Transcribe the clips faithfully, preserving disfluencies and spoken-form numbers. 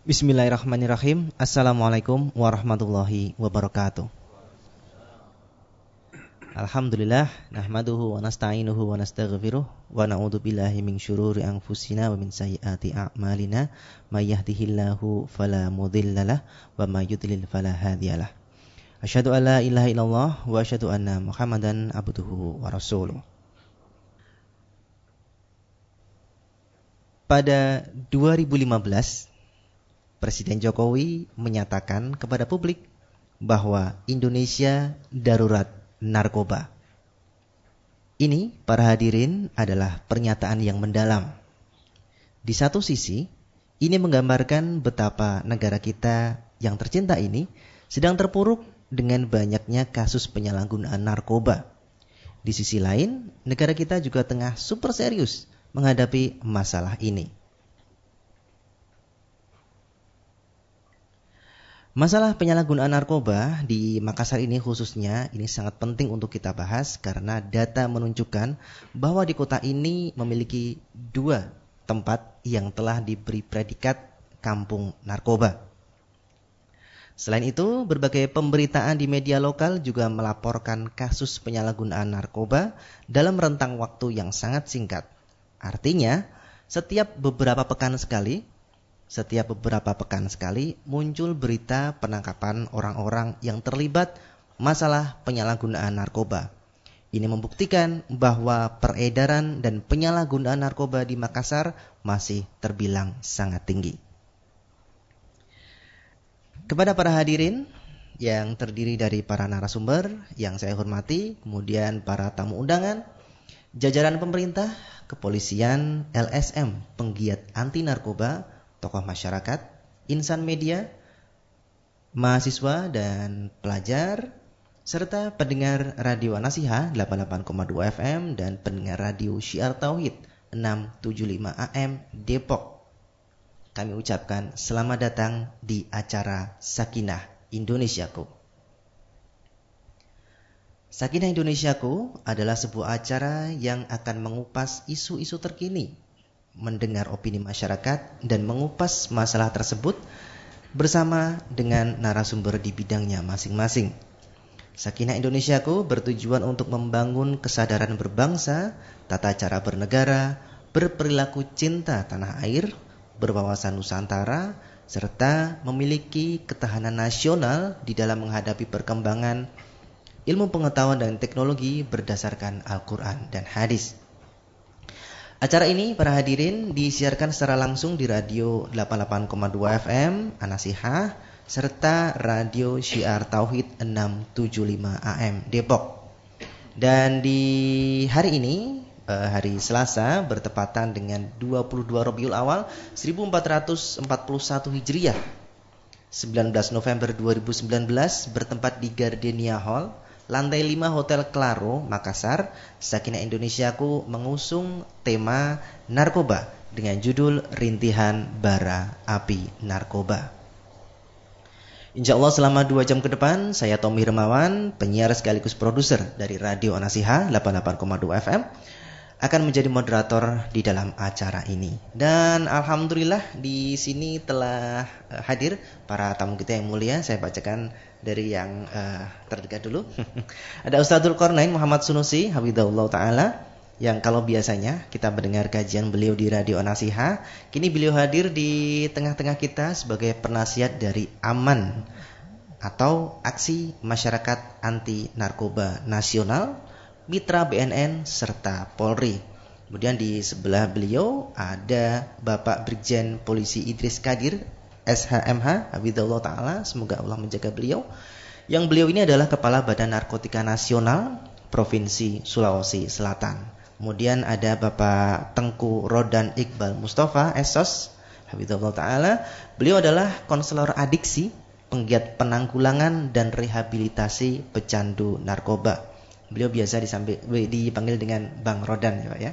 Bismillahirrahmanirrahim. Assalamualaikum warahmatullahi wabarakatuh. Alhamdulillah, nahmaduhu wa nasta'inuhu wa nastaghfiruh wa na'udzu billahi min syururi anfusina wa min sayyiati a'malina may yahdihillahu fala mudhillalah wa may yudlil fala hadiyalah. Asyhadu an la ilaha illallah wa asyhadu anna Muhammadan abduhu wa rasuluh. Pada dua ribu lima belas Presiden Jokowi menyatakan kepada publik bahwa Indonesia darurat narkoba. Ini, para hadirin, adalah pernyataan yang mendalam. Di satu sisi, ini menggambarkan betapa negara kita yang tercinta ini sedang terpuruk dengan banyaknya kasus penyalahgunaan narkoba. Di sisi lain, negara kita juga tengah super serius menghadapi masalah ini. Masalah penyalahgunaan narkoba di Makassar ini khususnya ini sangat penting untuk kita bahas karena data menunjukkan bahwa di kota ini memiliki dua tempat yang telah diberi predikat kampung narkoba. Selain itu, berbagai pemberitaan di media lokal juga melaporkan kasus penyalahgunaan narkoba dalam rentang waktu yang sangat singkat. Artinya, setiap beberapa pekan sekali Setiap beberapa pekan sekali muncul berita penangkapan orang-orang yang terlibat masalah penyalahgunaan narkoba. Ini membuktikan bahwa peredaran dan penyalahgunaan narkoba di Makassar masih terbilang sangat tinggi. Kepada para hadirin yang terdiri dari para narasumber yang saya hormati, kemudian para tamu undangan, jajaran pemerintah, kepolisian, L S M, penggiat anti narkoba, tokoh masyarakat, insan media, mahasiswa dan pelajar, serta pendengar Radio An-Nasiha delapan puluh delapan koma dua F M dan pendengar Radio Syiar Tauhid enam tujuh lima A M Depok. Kami ucapkan selamat datang di acara Sakinah Indonesiaku. Sakinah Indonesiaku adalah sebuah acara yang akan mengupas isu-isu terkini, mendengar opini masyarakat dan mengupas masalah tersebut bersama dengan narasumber di bidangnya masing-masing. Sakinah Indonesiaku bertujuan untuk membangun kesadaran berbangsa, tata cara bernegara, berperilaku cinta tanah air, berwawasan Nusantara, serta memiliki ketahanan nasional di dalam menghadapi perkembangan ilmu pengetahuan dan teknologi berdasarkan Al-Quran dan hadis. Acara ini, para hadirin, disiarkan secara langsung di Radio delapan puluh delapan koma dua F M An-Nasiha serta Radio Syiar Tauhid enam tujuh lima A M Depok. Dan di hari ini, hari Selasa, bertepatan dengan dua puluh dua Rabiul Awal seribu empat ratus empat puluh satu Hijriah, sembilan belas November dua ribu sembilan belas, bertempat di Gardenia Hall, lantai lima Hotel Claro, Makassar. Sakinah Indonesiaku mengusung tema narkoba dengan judul Rintihan Bara Api Narkoba. Insya Allah selama dua jam ke depan, saya Tommy Hermawan, penyiar sekaligus produser dari Radio An-Nasiha delapan puluh delapan koma dua F M, akan menjadi moderator di dalam acara ini. Dan alhamdulillah di sini telah hadir para tamu kita yang mulia. Saya bacakan dari yang uh, terdekat dulu. Ada Ustadzul Qarnain Muhammad Sunusi, hafizahullah taala, yang kalau biasanya kita mendengar kajian beliau di Radio An-Nasiha, kini beliau hadir di tengah-tengah kita sebagai penasihat dari AMAN atau Aksi Masyarakat Anti Narkoba Nasional, Mitra B N N serta Polri. Kemudian di sebelah beliau ada Bapak Brigjen Polisi Idris Kadir S H M H, hafizahullah taala, semoga Allah menjaga beliau. Yang beliau ini adalah Kepala Badan Narkotika Nasional Provinsi Sulawesi Selatan. Kemudian ada Bapak Tengku Rodan Iqbal Mustafa S O S, hafizahullah taala. Beliau adalah konselor adiksi, penggiat penanggulangan dan rehabilitasi pecandu narkoba. Beliau biasa disambil, dipanggil dengan Bang Rodan ya Pak ya.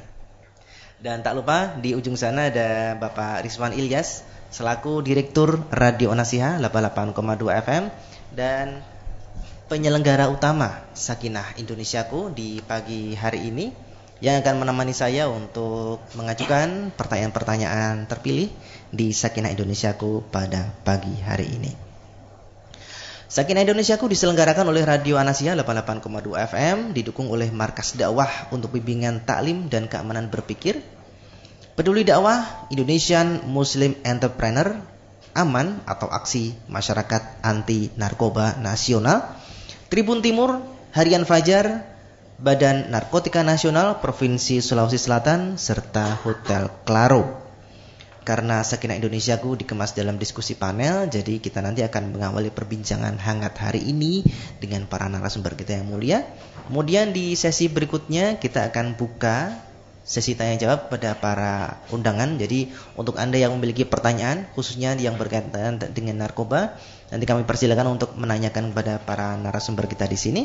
Dan tak lupa di ujung sana ada Bapak Rizwan Ilyas selaku Direktur Radio An-Nasiha delapan puluh delapan koma dua F M dan penyelenggara utama Sakinah Indonesiaku di pagi hari ini yang akan menemani saya untuk mengajukan pertanyaan-pertanyaan terpilih di Sakinah Indonesiaku pada pagi hari ini. Sakinah Indonesiaku diselenggarakan oleh Radio An-Nasihat delapan puluh delapan koma dua F M, didukung oleh Markas Dakwah untuk Bimbingan Taklim dan Keamanan Berpikir, Peduli Dakwah, Indonesian Muslim Entrepreneur, Aman atau Aksi Masyarakat Anti Narkoba Nasional, Tribun Timur, Harian Fajar, Badan Narkotika Nasional Provinsi Sulawesi Selatan, serta Hotel Claro. Karena Sakinah Indonesiaku dikemas dalam diskusi panel, jadi kita nanti akan mengawali perbincangan hangat hari ini dengan para narasumber kita yang mulia. Kemudian di sesi berikutnya kita akan buka sesi tanya jawab pada para undangan. Jadi untuk Anda yang memiliki pertanyaan, khususnya yang berkaitan dengan narkoba, nanti kami persilakan untuk menanyakan kepada para narasumber kita di sini.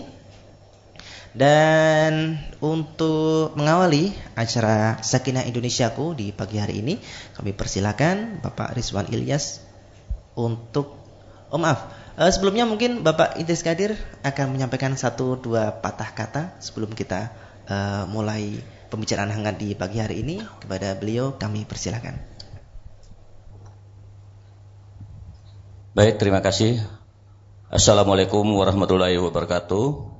Dan untuk mengawali acara Sakinah Indonesiaku di pagi hari ini, kami persilakan Bapak Rizwan Ilyas untuk oh maaf uh, sebelumnya mungkin Bapak Idris Kadir akan menyampaikan satu dua patah kata sebelum kita uh, mulai pembicaraan hangat di pagi hari ini. Kepada beliau kami persilakan. Baik, terima kasih. Assalamualaikum warahmatullahi wabarakatuh.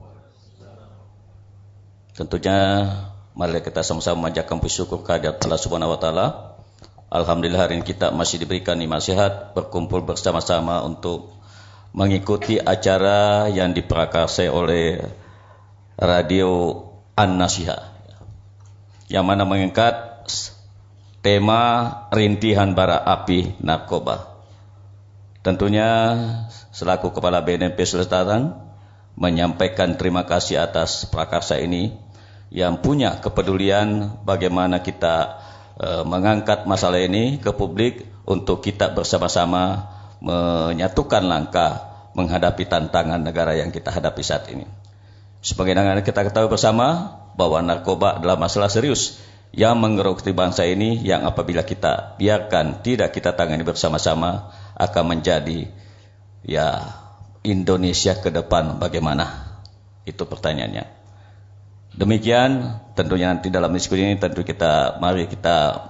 Tentunya mari kita sama-sama memanjatkan puji syukur kehadirat Allah Subhanahu wa taala. Alhamdulillah hari ini kita masih diberikan nikmat sehat berkumpul bersama-sama untuk mengikuti acara yang diprakarsai oleh Radio An-Nasihat, yang mana mengangkat tema rintihan bara api narkoba. Tentunya selaku Kepala B N N P Sulawesi Selatan menyampaikan terima kasih atas prakarsa ini yang punya kepedulian bagaimana kita e, mengangkat masalah ini ke publik untuk kita bersama-sama menyatukan langkah menghadapi tantangan negara yang kita hadapi saat ini. Sebagaimana kita ketahui bersama bahwa narkoba adalah masalah serius yang menggerogoti bangsa ini, yang apabila kita biarkan tidak kita tangani bersama-sama akan menjadi ya Indonesia ke depan bagaimana? Itu pertanyaannya. Demikian tentunya nanti dalam diskusi ini tentu kita mari kita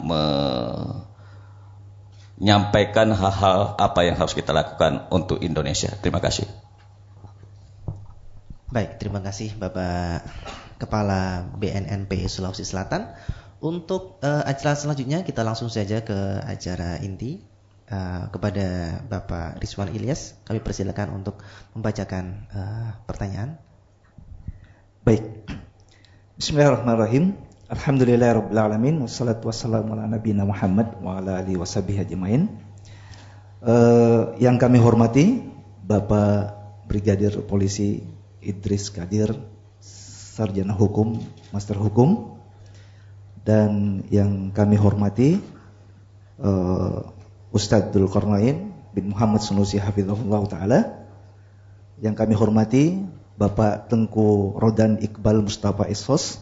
menyampaikan hal-hal apa yang harus kita lakukan untuk Indonesia. Terima kasih. Baik, terima kasih Bapak Kepala B N N P Sulawesi Selatan. Untuk uh, acara selanjutnya kita langsung saja ke acara inti. Uh, kepada Bapak Rizwan Ilyas, kami persilakan untuk membacakan uh, pertanyaan. Baik. Bismillahirrahmanirrahim. Alhamdulillahirabbil alamin wassalatu wassalamu ala nabiyina Muhammad wa ala alihi washabihi ajmain. Uh, yang kami hormati Bapak Brigadir Polisi Idris Kadir, Sarjana Hukum, Master Hukum, dan yang kami hormati uh, Ustadz Dzulkarnain bin Muhammad Sunusi hafizahullah ta'ala. Yang kami hormati Bapak Tengku Rodan Iqbal Mustafa Esos,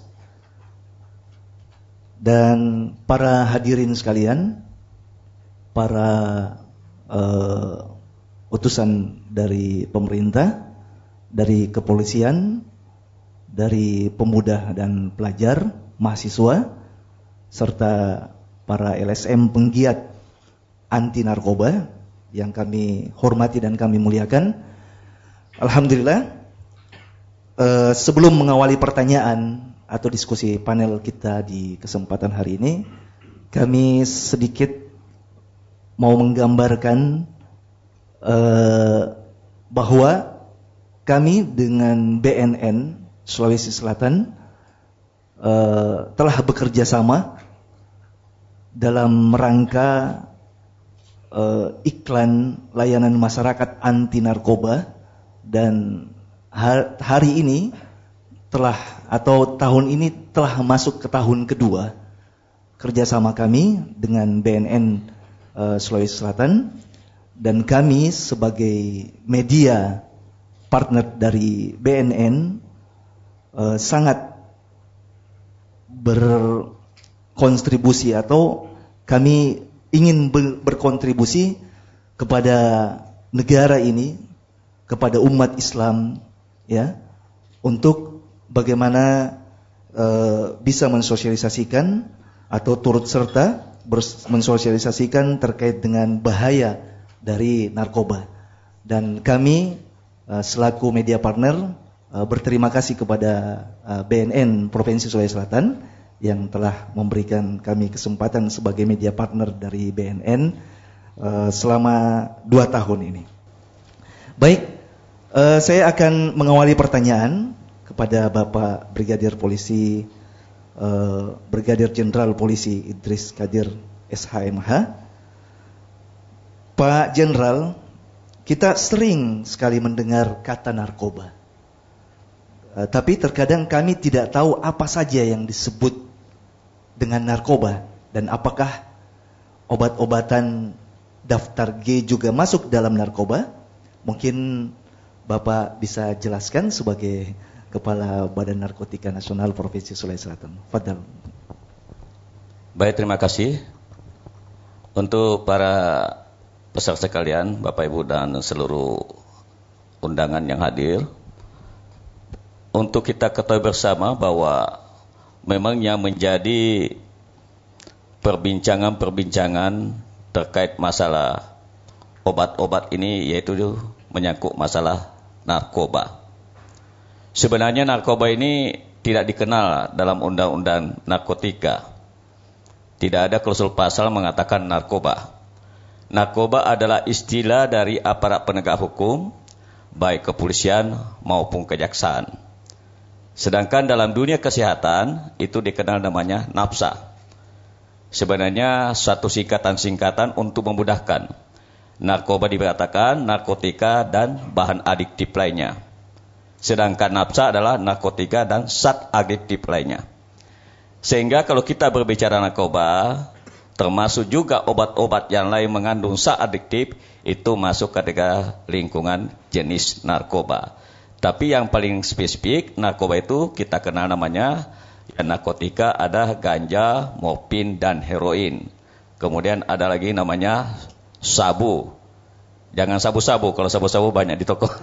dan para hadirin sekalian, para uh, utusan dari pemerintah, dari kepolisian, dari pemuda dan pelajar, mahasiswa, serta para L S M penggiat anti narkoba yang kami hormati dan kami muliakan. Alhamdulillah, eh, sebelum mengawali pertanyaan atau diskusi panel kita di kesempatan hari ini, kami sedikit mau menggambarkan eh, bahwa kami dengan B N N Sulawesi Selatan eh, telah bekerja sama dalam rangka eh, iklan layanan masyarakat anti narkoba, dan hari ini telah atau tahun ini telah masuk ke tahun kedua kerjasama kami dengan B N N uh, Sulawesi Selatan, dan kami sebagai media partner dari B N N uh, sangat berkontribusi atau kami ingin ber- berkontribusi kepada negara ini, kepada umat Islam, ya, untuk bagaimana uh, bisa mensosialisasikan atau turut serta mensosialisasikan terkait dengan bahaya dari narkoba. Dan kami uh, selaku media partner uh, berterima kasih kepada uh, B N N Provinsi Sulawesi Selatan yang telah memberikan kami kesempatan sebagai media partner dari B N N uh, selama dua tahun ini. Baik, uh, saya akan mengawali pertanyaan kepada Bapak Brigadir Polisi uh, Brigadir Jenderal Polisi Idris Kadir S H M H. Pak Jenderal, kita sering sekali mendengar kata narkoba. Uh, tapi terkadang kami tidak tahu apa saja yang disebut dengan narkoba dan apakah obat-obatan daftar G juga masuk dalam narkoba. Mungkin Bapak bisa jelaskan sebagai Kepala Badan Narkotika Nasional Provinsi Sulawesi Selatan. Fadal. Baik, terima kasih. Untuk para peserta sekalian, Bapak Ibu dan seluruh undangan yang hadir, untuk kita ketahui bersama bahwa memang yang menjadi perbincangan-perbincangan terkait masalah obat-obat ini yaitu menyangkut masalah narkoba. Sebenarnya narkoba ini tidak dikenal dalam undang-undang narkotika. Tidak ada klausul pasal mengatakan narkoba. Narkoba adalah istilah dari aparat penegak hukum, baik kepolisian maupun kejaksaan. Sedangkan dalam dunia kesehatan itu dikenal namanya nafsa. Sebenarnya satu singkatan-singkatan untuk memudahkan. Narkoba dikatakan narkotika dan bahan adiktif lainnya. Sedangkan nafsa adalah narkotika dan zat adiktif lainnya. Sehingga kalau kita berbicara narkoba, termasuk juga obat-obat yang lain mengandung zat adiktif, itu masuk kategori lingkungan jenis narkoba. Tapi yang paling spesifik, narkoba itu kita kenal namanya, ya, narkotika ada ganja, morfin, dan heroin. Kemudian ada lagi namanya sabu. Jangan sabu-sabu, kalau sabu-sabu banyak di toko.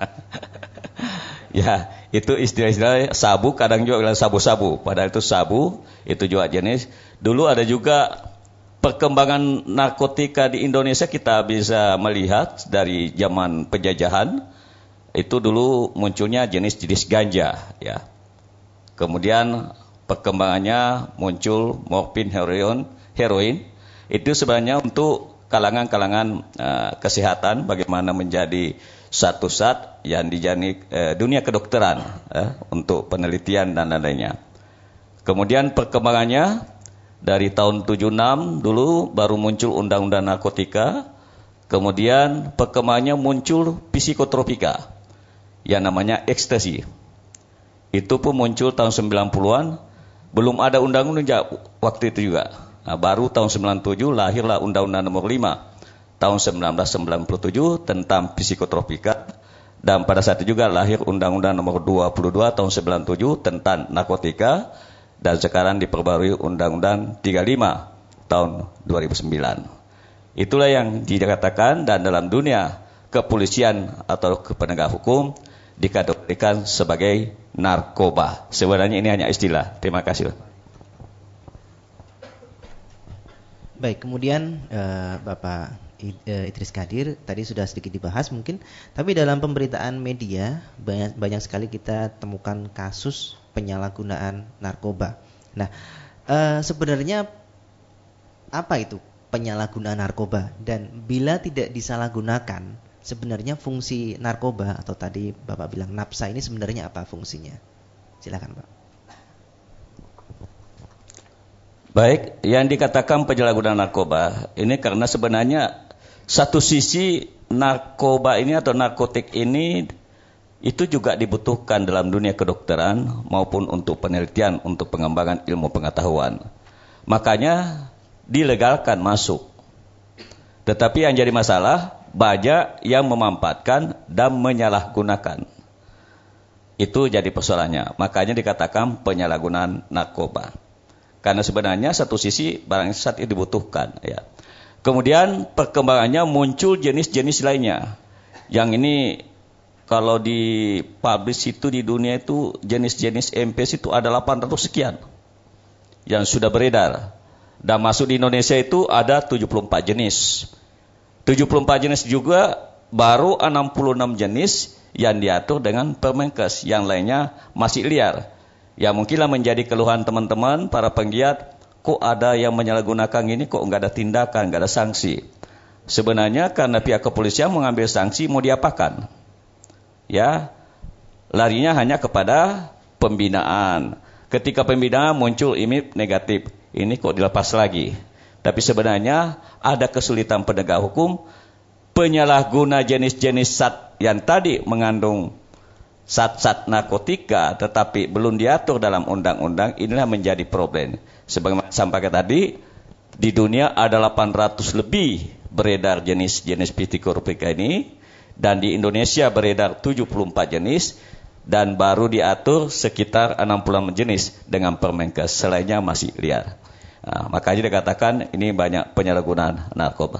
Ya, itu istilah-istilah sabu, kadang juga bilang sabu-sabu. Padahal itu sabu, itu juga jenis. Dulu ada juga perkembangan narkotika di Indonesia, kita bisa melihat dari zaman penjajahan. Itu dulu munculnya jenis-jenis ganja, ya. Kemudian perkembangannya muncul morfin, heroin, heroin. Itu sebenarnya untuk kalangan-kalangan uh, kesehatan, bagaimana menjadi satu zat yang dijani uh, dunia kedokteran uh, untuk penelitian dan lain-lainnya. Kemudian perkembangannya dari tahun tujuh puluh enam dulu baru muncul undang-undang narkotika. Kemudian perkembangannya muncul psikotropika yang namanya ekstasi. Itu pun muncul tahun sembilan puluhan, belum ada undang-undang waktu itu juga. Nah, baru tahun sembilan puluh tujuh lahirlah Undang-Undang Nomor lima tahun sembilan belas sembilan puluh tujuh tentang psikotropika, dan pada saat itu juga lahir Undang-Undang Nomor dua puluh dua tahun sembilan puluh tujuh tentang narkotika, dan sekarang diperbarui Undang-Undang tiga puluh lima tahun dua ribu sembilan. Itulah yang dikatakan, dan dalam dunia kepolisian atau penegak hukum dikategorikan sebagai narkoba. Sebenarnya ini hanya istilah. Terima kasih. Baik, kemudian uh, Bapak Idris Kadir tadi sudah sedikit dibahas mungkin, tapi dalam pemberitaan media banyak banyak sekali kita temukan kasus penyalahgunaan narkoba. Nah, uh, sebenarnya apa itu penyalahgunaan narkoba, dan bila tidak disalahgunakan, sebenarnya fungsi narkoba atau tadi Bapak bilang nafsa ini sebenarnya apa fungsinya? Silakan, Pak. Baik, yang dikatakan penyalahgunaan narkoba ini karena sebenarnya satu sisi narkoba ini atau narkotik ini itu juga dibutuhkan dalam dunia kedokteran maupun untuk penelitian, untuk pengembangan ilmu pengetahuan. Makanya dilegalkan masuk. Tetapi yang jadi masalah banyak yang memanfaatkan dan menyalahgunakan. Itu jadi persoalannya. Makanya dikatakan penyalahgunaan narkoba. Karena sebenarnya satu sisi barang saat itu dibutuhkan, ya. Kemudian perkembangannya muncul jenis-jenis lainnya. Yang ini kalau di publish itu di dunia itu jenis-jenis M P S itu ada delapan ratus sekian yang sudah beredar. Dan masuk di Indonesia itu ada tujuh puluh empat jenis. tujuh puluh empat jenis juga baru enam puluh enam jenis yang diatur dengan Permenkes. Yang lainnya masih liar. Ya mungkinlah menjadi keluhan teman-teman para penggiat, kok ada yang menyalahgunakan ini, kok nggak ada tindakan, nggak ada sanksi. Sebenarnya karena pihak kepolisian mengambil sanksi, mau diapakan? Ya, larinya hanya kepada pembinaan. Ketika pembinaan muncul image negatif, ini kok dilepas lagi. Tapi sebenarnya ada kesulitan penegak hukum, penyalahguna jenis-jenis zat yang tadi mengandung zat-zat narkotika, tetapi belum diatur dalam undang-undang, inilah menjadi problem. Sebagaimana sampaikan tadi, di dunia ada delapan ratus lebih beredar jenis-jenis psikotropika ini. Dan di Indonesia beredar tujuh puluh empat jenis dan baru diatur sekitar enam puluh enam jenis dengan Permenkes. Selainnya masih liar. Nah, makanya dikatakan ini banyak penyalahgunaan narkoba.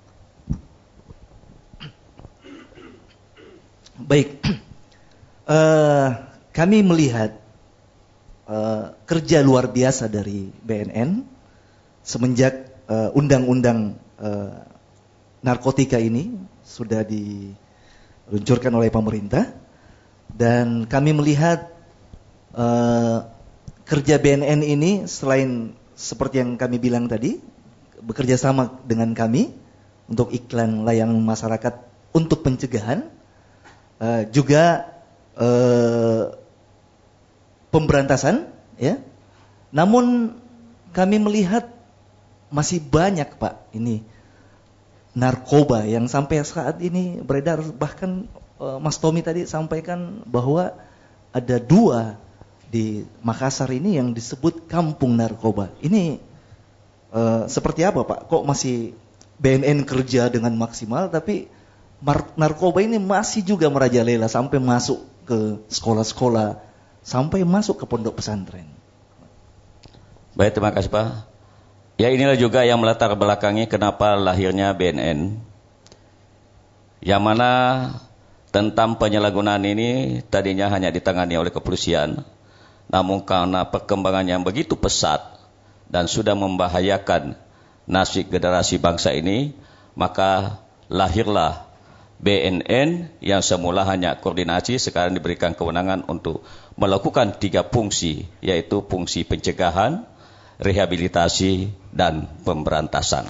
Baik, uh, kami melihat uh, kerja luar biasa dari B N N semenjak uh, undang-undang uh, narkotika ini sudah di luncurkan oleh pemerintah, dan kami melihat uh, kerja B N N ini selain seperti yang kami bilang tadi, bekerja sama dengan kami untuk iklan layanan masyarakat untuk pencegahan, uh, juga uh, pemberantasan, ya. Namun kami melihat masih banyak, Pak, ini narkoba yang sampai saat ini beredar. Bahkan uh, Mas Tommy tadi sampaikan bahwa ada dua di Makassar ini yang disebut kampung narkoba. Ini uh, seperti apa, Pak? Kok masih B N N kerja dengan maksimal, tapi narkoba ini masih juga merajalela sampai masuk ke sekolah-sekolah, sampai masuk ke pondok pesantren. Baik, terima kasih, Pak. Ya, inilah juga yang melatar belakangi kenapa lahirnya B N N. Yang mana tentang penyalahgunaan ini tadinya hanya ditangani oleh kepolisian. Namun karena perkembangan yang begitu pesat dan sudah membahayakan nasib generasi bangsa ini, maka lahirlah B N N yang semula hanya koordinasi, sekarang diberikan kewenangan untuk melakukan tiga fungsi, yaitu fungsi pencegahan, rehabilitasi, dan pemberantasan.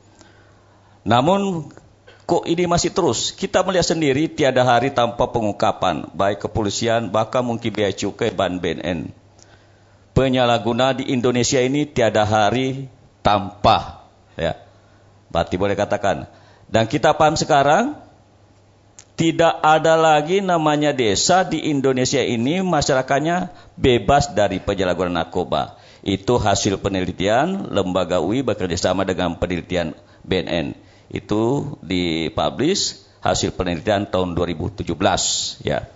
Namun kok ini masih terus? Kita melihat sendiri tiada hari tanpa pengungkapan, baik kepolisian, bahkan mungkin Bea Cukai dan B N N. Penyalahguna di Indonesia ini tiada hari tanpa, ya, berarti boleh katakan. Dan kita paham sekarang, tidak ada lagi namanya desa di Indonesia ini masyarakatnya bebas dari penyalahgunaan narkoba. Itu hasil penelitian lembaga U I bekerjasama dengan penelitian B N N. Itu dipublish hasil penelitian tahun dua ribu tujuh belas, ya.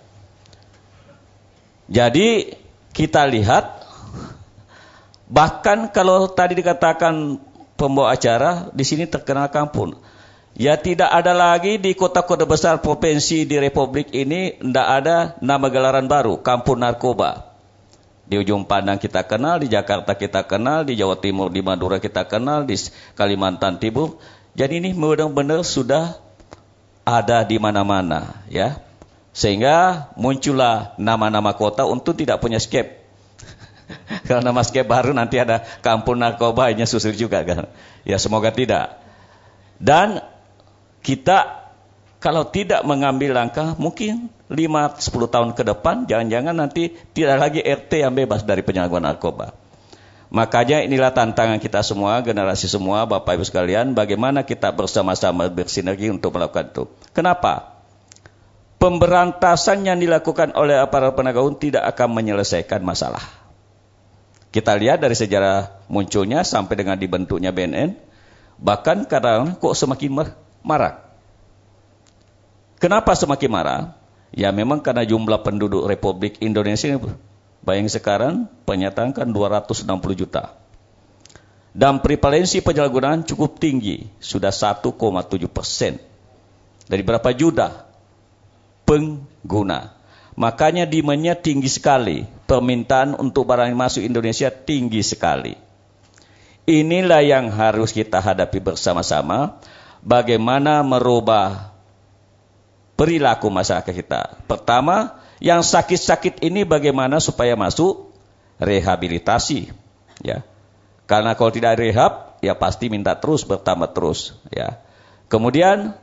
Jadi kita lihat, bahkan kalau tadi dikatakan pembawa acara di sini terkenal kampung, ya tidak ada lagi di kota-kota besar provinsi di Republik ini, tidak ada nama gelaran baru, kampung narkoba. Di ujung Pandang kita kenal, di Jakarta kita kenal, di Jawa Timur, di Madura kita kenal, di Kalimantan Timur. Jadi ini benar-benar sudah ada di mana-mana, ya. Sehingga muncullah nama-nama kota untuk tidak punya skep. Kalau nama skep baru nanti ada kampung narkoba, hanya susul juga kan. Ya semoga tidak. Dan kita kalau tidak mengambil langkah, mungkin lima sampai sepuluh tahun ke depan, jangan-jangan nanti tidak lagi R T yang bebas dari penyalahgunaan narkoba. Makanya inilah tantangan kita semua, generasi semua, Bapak Ibu sekalian, bagaimana kita bersama-sama bersinergi untuk melakukan itu. Kenapa? Pemberantasan yang dilakukan oleh aparat penegak hukum tidak akan menyelesaikan masalah. Kita lihat dari sejarah munculnya sampai dengan dibentuknya B N N, bahkan kadang kok semakin marak. Kenapa semakin marah? Ya memang karena jumlah penduduk Republik Indonesia ini, bayang sekarang pernyataan kan dua ratus enam puluh juta. Dan prevalensi penyalahgunaan cukup tinggi, sudah satu koma tujuh persen. Dari berapa juta pengguna. Makanya demand-nya tinggi sekali. Permintaan untuk barang yang masuk Indonesia tinggi sekali. Inilah yang harus kita hadapi bersama-sama. Bagaimana merubah perilaku masyarakat kita. Pertama, yang sakit-sakit ini bagaimana supaya masuk rehabilitasi. Ya. Karena kalau tidak rehab, ya pasti minta terus, bertambah terus. Ya. Kemudian,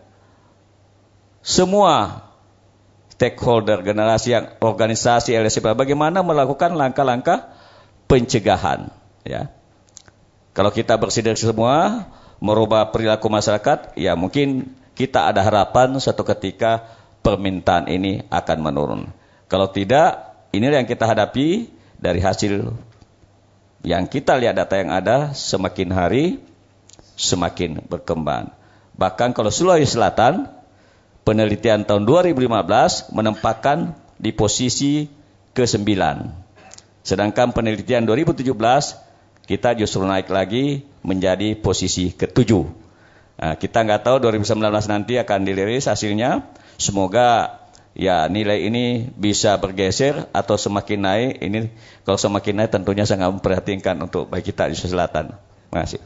semua stakeholder, generasi yang organisasi L S M, bagaimana melakukan langkah-langkah pencegahan. Ya. Kalau kita bersinergi semua, merubah perilaku masyarakat, ya mungkin kita ada harapan suatu ketika permintaan ini akan menurun. Kalau tidak, inilah yang kita hadapi dari hasil yang kita lihat data yang ada, semakin hari semakin berkembang. Bahkan kalau Sulawesi Selatan, penelitian tahun dua ribu lima belas menempatkan di posisi kesembilan. Sedangkan penelitian dua ribu tujuh belas kita justru naik lagi menjadi posisi ketujuh. Nah, kita nggak tahu dua ribu sembilan belas nanti akan dirilis hasilnya. Semoga ya nilai ini bisa bergeser atau semakin naik. Ini kalau semakin naik tentunya sangat memperhatikan untuk baik kita di Sulawesi Selatan. Terima kasih.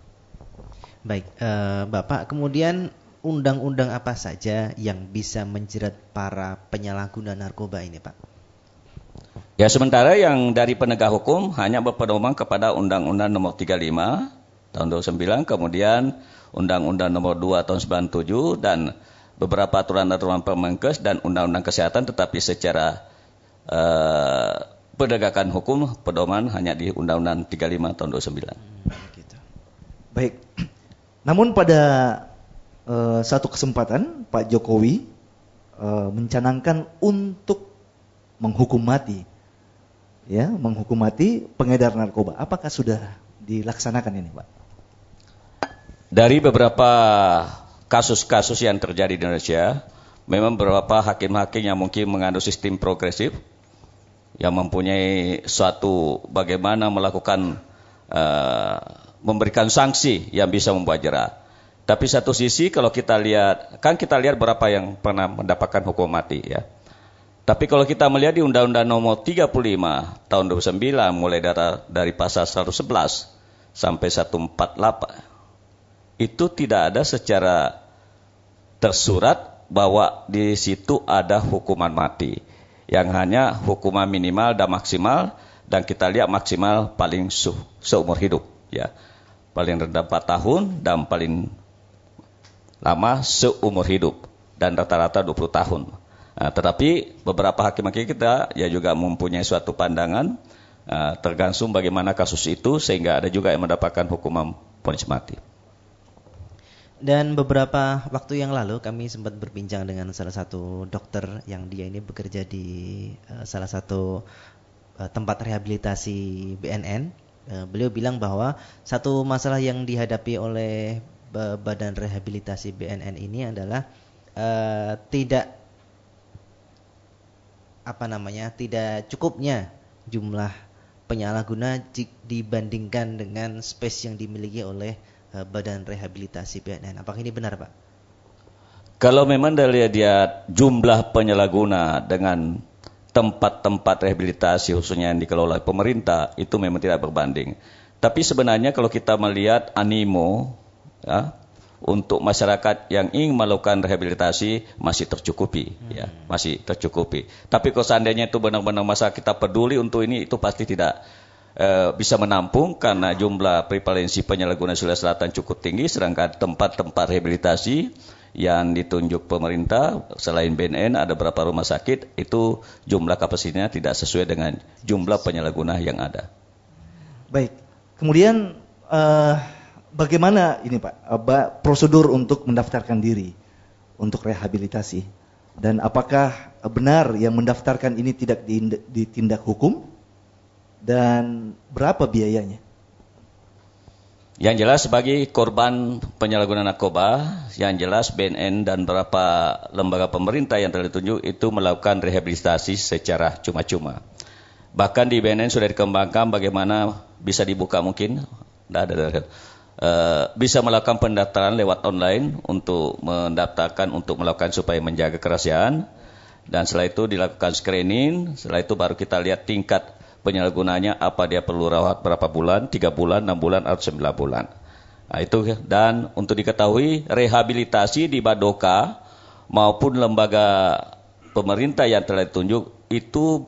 Baik, uh, Bapak, kemudian undang-undang apa saja yang bisa menjerat para penyalahguna narkoba ini, Pak? Ya, sementara yang dari penegak hukum hanya berpedoman kepada Undang-Undang Nomor tiga puluh lima tahun dua ribu sembilan, kemudian Undang-Undang Nomor dua tahun sembilan puluh tujuh dan beberapa aturan-aturan Permenkes dan Undang-Undang Kesehatan, tetapi secara uh, penegakan hukum pedoman hanya di Undang-Undang tiga puluh lima tahun dua ribu sembilan. Hmm, gitu. Baik. Namun pada uh, satu kesempatan Pak Jokowi uh, mencanangkan untuk menghukum mati, ya, menghukum mati pengedar narkoba. Apakah sudah dilaksanakan ini, Pak? Dari beberapa kasus-kasus yang terjadi di Indonesia, memang beberapa hakim-hakim yang mungkin mengandung sistem progresif, yang mempunyai suatu bagaimana melakukan uh, memberikan sanksi yang bisa membuat jerah. Tapi satu sisi kalau kita lihat, kan kita lihat berapa yang pernah mendapatkan hukum mati, ya. Tapi kalau kita melihat di Undang-Undang Nomor tiga puluh lima tahun dua ribu sembilan, mulai dari, dari pasal seratus sebelas sampai seratus empat puluh delapan, itu tidak ada secara tersurat bahwa di situ ada hukuman mati. Yang hanya hukuman minimal dan maksimal, dan kita lihat maksimal paling se seumur hidup, ya. Paling rendah empat tahun dan paling lama seumur hidup, dan rata-rata dua puluh tahun. Nah, tetapi beberapa hakim-hakim kita ya juga mempunyai suatu pandangan uh, tergantung bagaimana kasus itu, sehingga ada juga yang mendapatkan hukuman vonis mati. Dan beberapa waktu yang lalu kami sempat berbincang dengan salah satu dokter yang dia ini bekerja di uh, salah satu uh, tempat rehabilitasi B N N. Uh, beliau bilang bahwa satu masalah yang dihadapi oleh uh, badan rehabilitasi B N N ini adalah uh, tidak apa namanya tidak cukupnya jumlah penyalahguna dibandingkan dengan space yang dimiliki oleh uh, badan rehabilitasi B N N. Apakah ini benar, Pak? Kalau memang dari dia jumlah penyalahguna dengan tempat-tempat rehabilitasi khususnya yang dikelola pemerintah, itu memang tidak berbanding. Tapi sebenarnya kalau kita melihat animo, ya, untuk masyarakat yang ingin melakukan rehabilitasi masih tercukupi, hmm. ya, masih tercukupi. Tapi kalau seandainya itu benar-benar masyarakat kita peduli untuk ini, itu pasti tidak uh, bisa menampung karena jumlah prevalensi penyalahgunaan Sulawesi Selatan cukup tinggi, sedangkan tempat-tempat rehabilitasi yang ditunjuk pemerintah selain B N N ada beberapa rumah sakit itu jumlah kapasitasnya tidak sesuai dengan jumlah penyalahguna yang ada. Baik. Kemudian uh, bagaimana ini Pak, uh, prosedur untuk mendaftarkan diri untuk rehabilitasi, dan apakah benar yang mendaftarkan ini tidak ditindak hukum, dan berapa biayanya? Yang jelas sebagai korban penyalahgunaan narkoba, yang jelas B N N dan beberapa lembaga pemerintah yang telah ditunjuk itu melakukan rehabilitasi secara cuma-cuma. Bahkan di B N N sudah dikembangkan bagaimana bisa dibuka mungkin, tidak ada, uh, bisa melakukan pendaftaran lewat online untuk mendaftarkan untuk melakukan supaya menjaga kerahasiaan. dan setelah itu dilakukan screening, setelah itu baru kita lihat tingkat penyalahgunanya, apa dia perlu rawat berapa bulan, tiga bulan, enam bulan, atau sembilan bulan. Nah, itu, dan untuk diketahui rehabilitasi di Badoka maupun lembaga pemerintah yang telah ditunjuk itu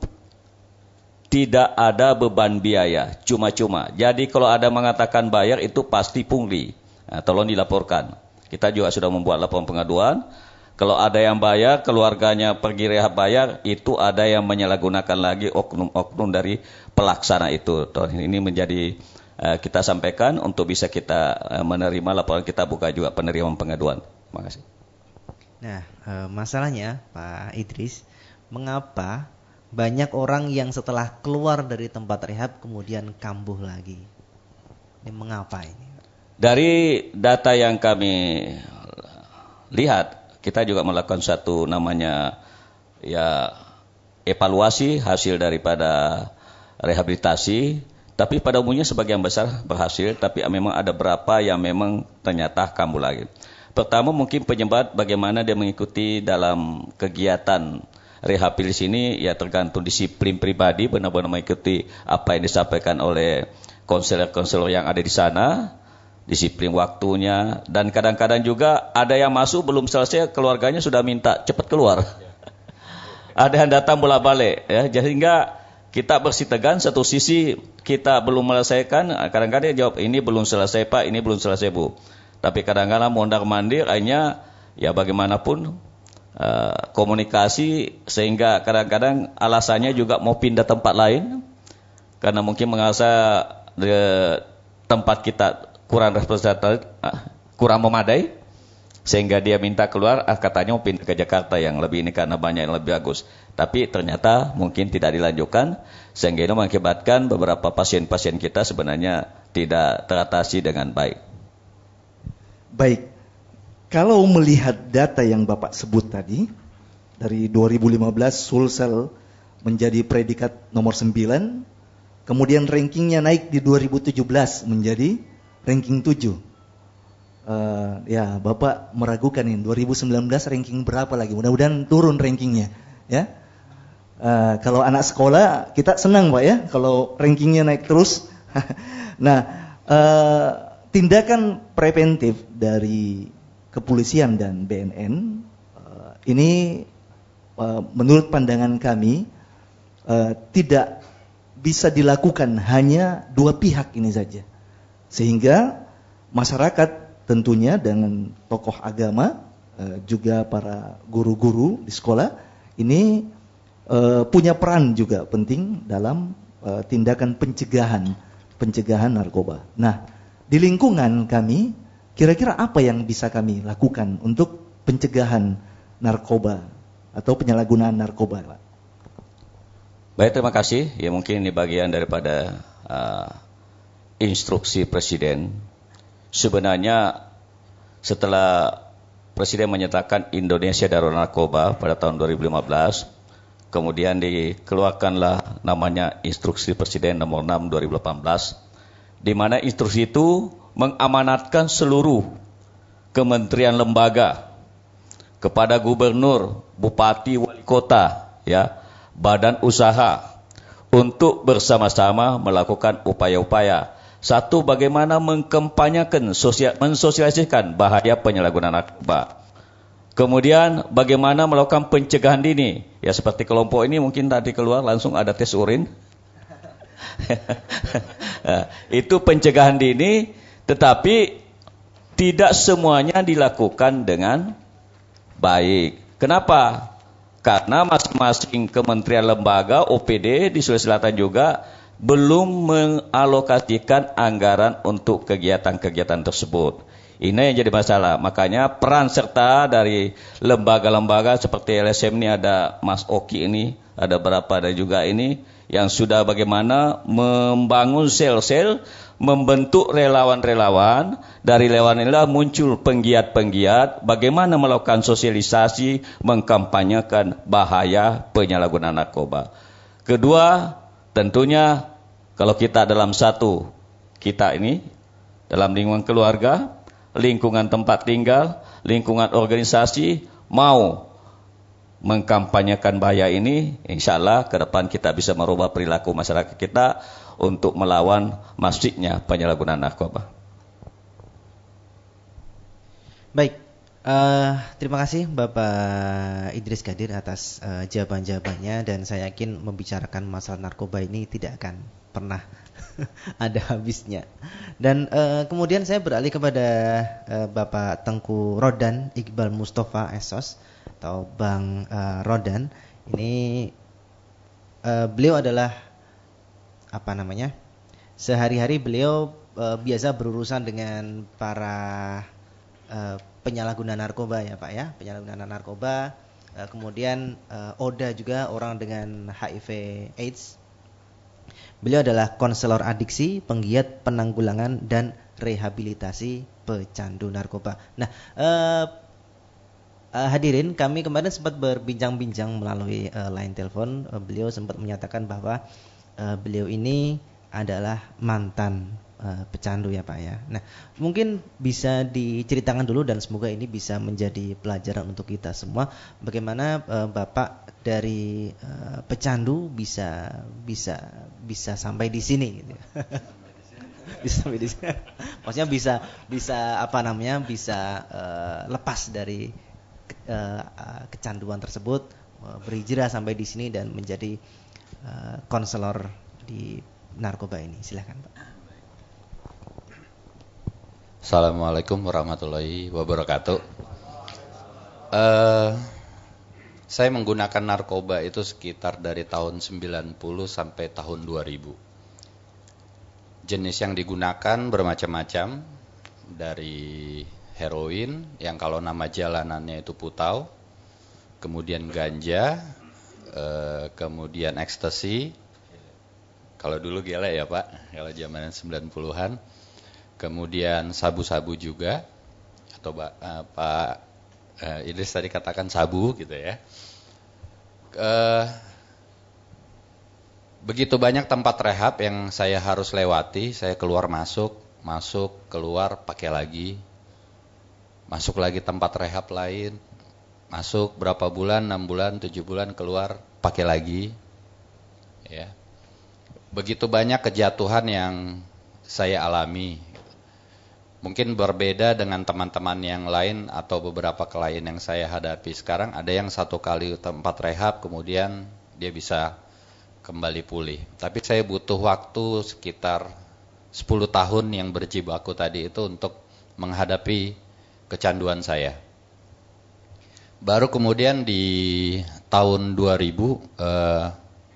tidak ada beban biaya, cuma-cuma. Jadi kalau ada mengatakan bayar itu pasti pungli. Nah, tolong dilaporkan. Kita juga sudah membuat laporan pengaduan. Kalau ada yang bayar, keluarganya pergi rehab bayar, itu ada yang menyalahgunakan lagi oknum-oknum dari pelaksana itu. Ini menjadi uh, kita sampaikan untuk bisa kita uh, menerima laporan, kita buka juga penerimaan pengaduan. Terima kasih. Nah, uh, masalahnya Pak Idris, mengapa banyak orang yang setelah keluar dari tempat rehab kemudian kambuh lagi? Ini mengapa ini? Dari data yang kami lihat, kita juga melakukan satu namanya ya evaluasi hasil daripada rehabilitasi, tapi pada umumnya sebagian besar berhasil, tapi memang ada berapa yang memang ternyata kambuh lagi. Pertama mungkin penyebab bagaimana dia mengikuti dalam kegiatan rehabilitasi ini, ya tergantung disiplin pribadi, benar-benar mengikuti apa yang disampaikan oleh konselor-konselor yang ada di sana, disiplin waktunya, dan kadang-kadang juga ada yang masuk belum selesai, keluarganya sudah minta cepat keluar. Ada yang datang bolak-balik, ya, sehingga kita bersih tegang. Satu sisi kita belum menyelesaikan, kadang-kadang dia jawab ini belum selesai Pak, ini belum selesai Bu. Tapi kadang-kadang mondar-mandir, akhirnya ya bagaimanapun uh, komunikasi, sehingga kadang-kadang alasannya juga mau pindah tempat lain karena mungkin merasa de, tempat kita kurang representatif, kurang memadai, sehingga dia minta keluar, ah, katanya mau pindah ke Jakarta yang lebih ini karena banyak yang lebih bagus. Tapi ternyata mungkin tidak dilanjutkan, sehingga itu mengakibatkan beberapa pasien-pasien kita sebenarnya tidak teratasi dengan baik. Baik, kalau melihat data yang Bapak sebut tadi, dari dua ribu lima belas Sulsel menjadi predikat nomor sembilan, kemudian rankingnya naik di dua ribu tujuh belas menjadi ranking tujuh. Uh, ya, Bapak meragukan ini dua ribu sembilan belas ranking berapa lagi? Mudah-mudahan turun rankingnya, ya. Uh, kalau anak sekolah kita senang Pak ya, kalau rankingnya naik terus. Nah, uh, tindakan preventif dari kepolisian dan B N N uh, ini uh, menurut pandangan kami uh, tidak bisa dilakukan hanya dua pihak ini saja, sehingga masyarakat tentunya dengan tokoh agama uh, juga para guru-guru di sekolah ini uh, punya peran juga penting dalam uh, tindakan pencegahan pencegahan narkoba. Nah, di lingkungan kami, kira-kira apa yang bisa kami lakukan untuk pencegahan narkoba atau penyalahgunaan narkoba, Pak? Baik, terima kasih. Ya, mungkin ini bagian daripada uh, instruksi Presiden. Sebenarnya setelah Presiden menyatakan Indonesia darurat narkoba pada tahun dua ribu lima belas, kemudian dikeluarkanlah namanya instruksi Presiden nomor enam dua ribu delapan belas, di mana instruksi itu mengamanatkan seluruh kementerian lembaga kepada gubernur, bupati, wali kota, ya, badan usaha untuk bersama-sama melakukan upaya-upaya. Satu, bagaimana mengkampanyekan, sosial, mensosialisasikan bahaya penyalahgunaan narkoba. Kemudian bagaimana melakukan pencegahan dini. Ya, seperti kelompok ini mungkin tadi keluar langsung ada tes urin. Nah, itu pencegahan dini, tetapi tidak semuanya dilakukan dengan baik. Kenapa? Karena masing-masing kementerian lembaga, O P D di Sulawesi Selatan juga belum mengalokasikan anggaran untuk kegiatan-kegiatan tersebut. Ini yang jadi masalah. Makanya peran serta dari lembaga-lembaga seperti L S M ini, ada Mas Oki ini, ada berapa ada juga ini yang sudah bagaimana membangun sel-sel, membentuk relawan-relawan. Dari relawan inilah muncul penggiat-penggiat bagaimana melakukan sosialisasi, mengkampanyekan bahaya penyalahgunaan narkoba. Kedua, tentunya kalau kita dalam satu, kita ini dalam lingkungan keluarga, lingkungan tempat tinggal, lingkungan organisasi, mau mengkampanyekan bahaya ini, insya Allah ke depan kita bisa merubah perilaku masyarakat kita untuk melawan masifnya penyalahgunaan narkoba. Baik, uh, terima kasih Bapak Idris Qadir atas uh, jawaban-jawabannya, dan saya yakin membicarakan masalah narkoba ini tidak akan pernah ada habisnya. Dan uh, kemudian saya beralih kepada uh, Bapak Tengku Rodan Iqbal Mustafa S O S atau Bang uh, Rodan. Ini uh, beliau adalah apa namanya? Sehari-hari beliau uh, biasa berurusan dengan para uh, penyalahguna narkoba ya Pak ya, penyalahguna narkoba. Uh, kemudian uh, Oda juga orang dengan H I V AIDS. Beliau adalah konselor adiksi, penggiat penanggulangan dan rehabilitasi pecandu narkoba. Nah, uh, uh, hadirin, kami kemarin sempat berbincang-bincang melalui uh, line telepon. Uh, beliau sempat menyatakan bahwa uh, beliau ini adalah mantan uh, pecandu ya Pak ya. Nah, mungkin bisa diceritakan dulu dan semoga ini bisa menjadi pelajaran untuk kita semua. Bagaimana uh, Bapak dari uh, pecandu bisa bisa bisa sampai di sini gitu. Bisa sampai di sini. Maksudnya bisa bisa apa namanya? bisa uh, lepas dari uh, uh, kecanduan tersebut, uh, berhijrah sampai di sini dan menjadi uh, konselor di narkoba ini. Silakan Pak. Assalamualaikum warahmatullahi wabarakatuh. Uh, Saya menggunakan narkoba itu sekitar dari tahun sembilan puluh sampai tahun dua ribu. Jenis yang digunakan bermacam-macam, dari heroin yang kalau nama jalanannya itu putau, kemudian ganja, eh, kemudian ekstasi, kalau dulu gele ya Pak, kalau zaman sembilan puluhan, kemudian sabu-sabu juga, atau eh, Pak Uh, Idris tadi katakan sabu gitu ya. Uh, begitu banyak tempat rehab yang saya harus lewati. Saya keluar masuk, masuk keluar pakai lagi, masuk lagi tempat rehab lain, masuk berapa bulan, enam bulan, tujuh bulan, keluar pakai lagi. Ya, begitu banyak kejatuhan yang saya alami. Mungkin berbeda dengan teman-teman yang lain atau beberapa klien yang saya hadapi sekarang. Ada yang satu kali tempat rehab kemudian dia bisa kembali pulih. Tapi saya butuh waktu sekitar sepuluh tahun yang berjibaku tadi itu untuk menghadapi kecanduan saya. Baru kemudian di tahun dua ribu eh,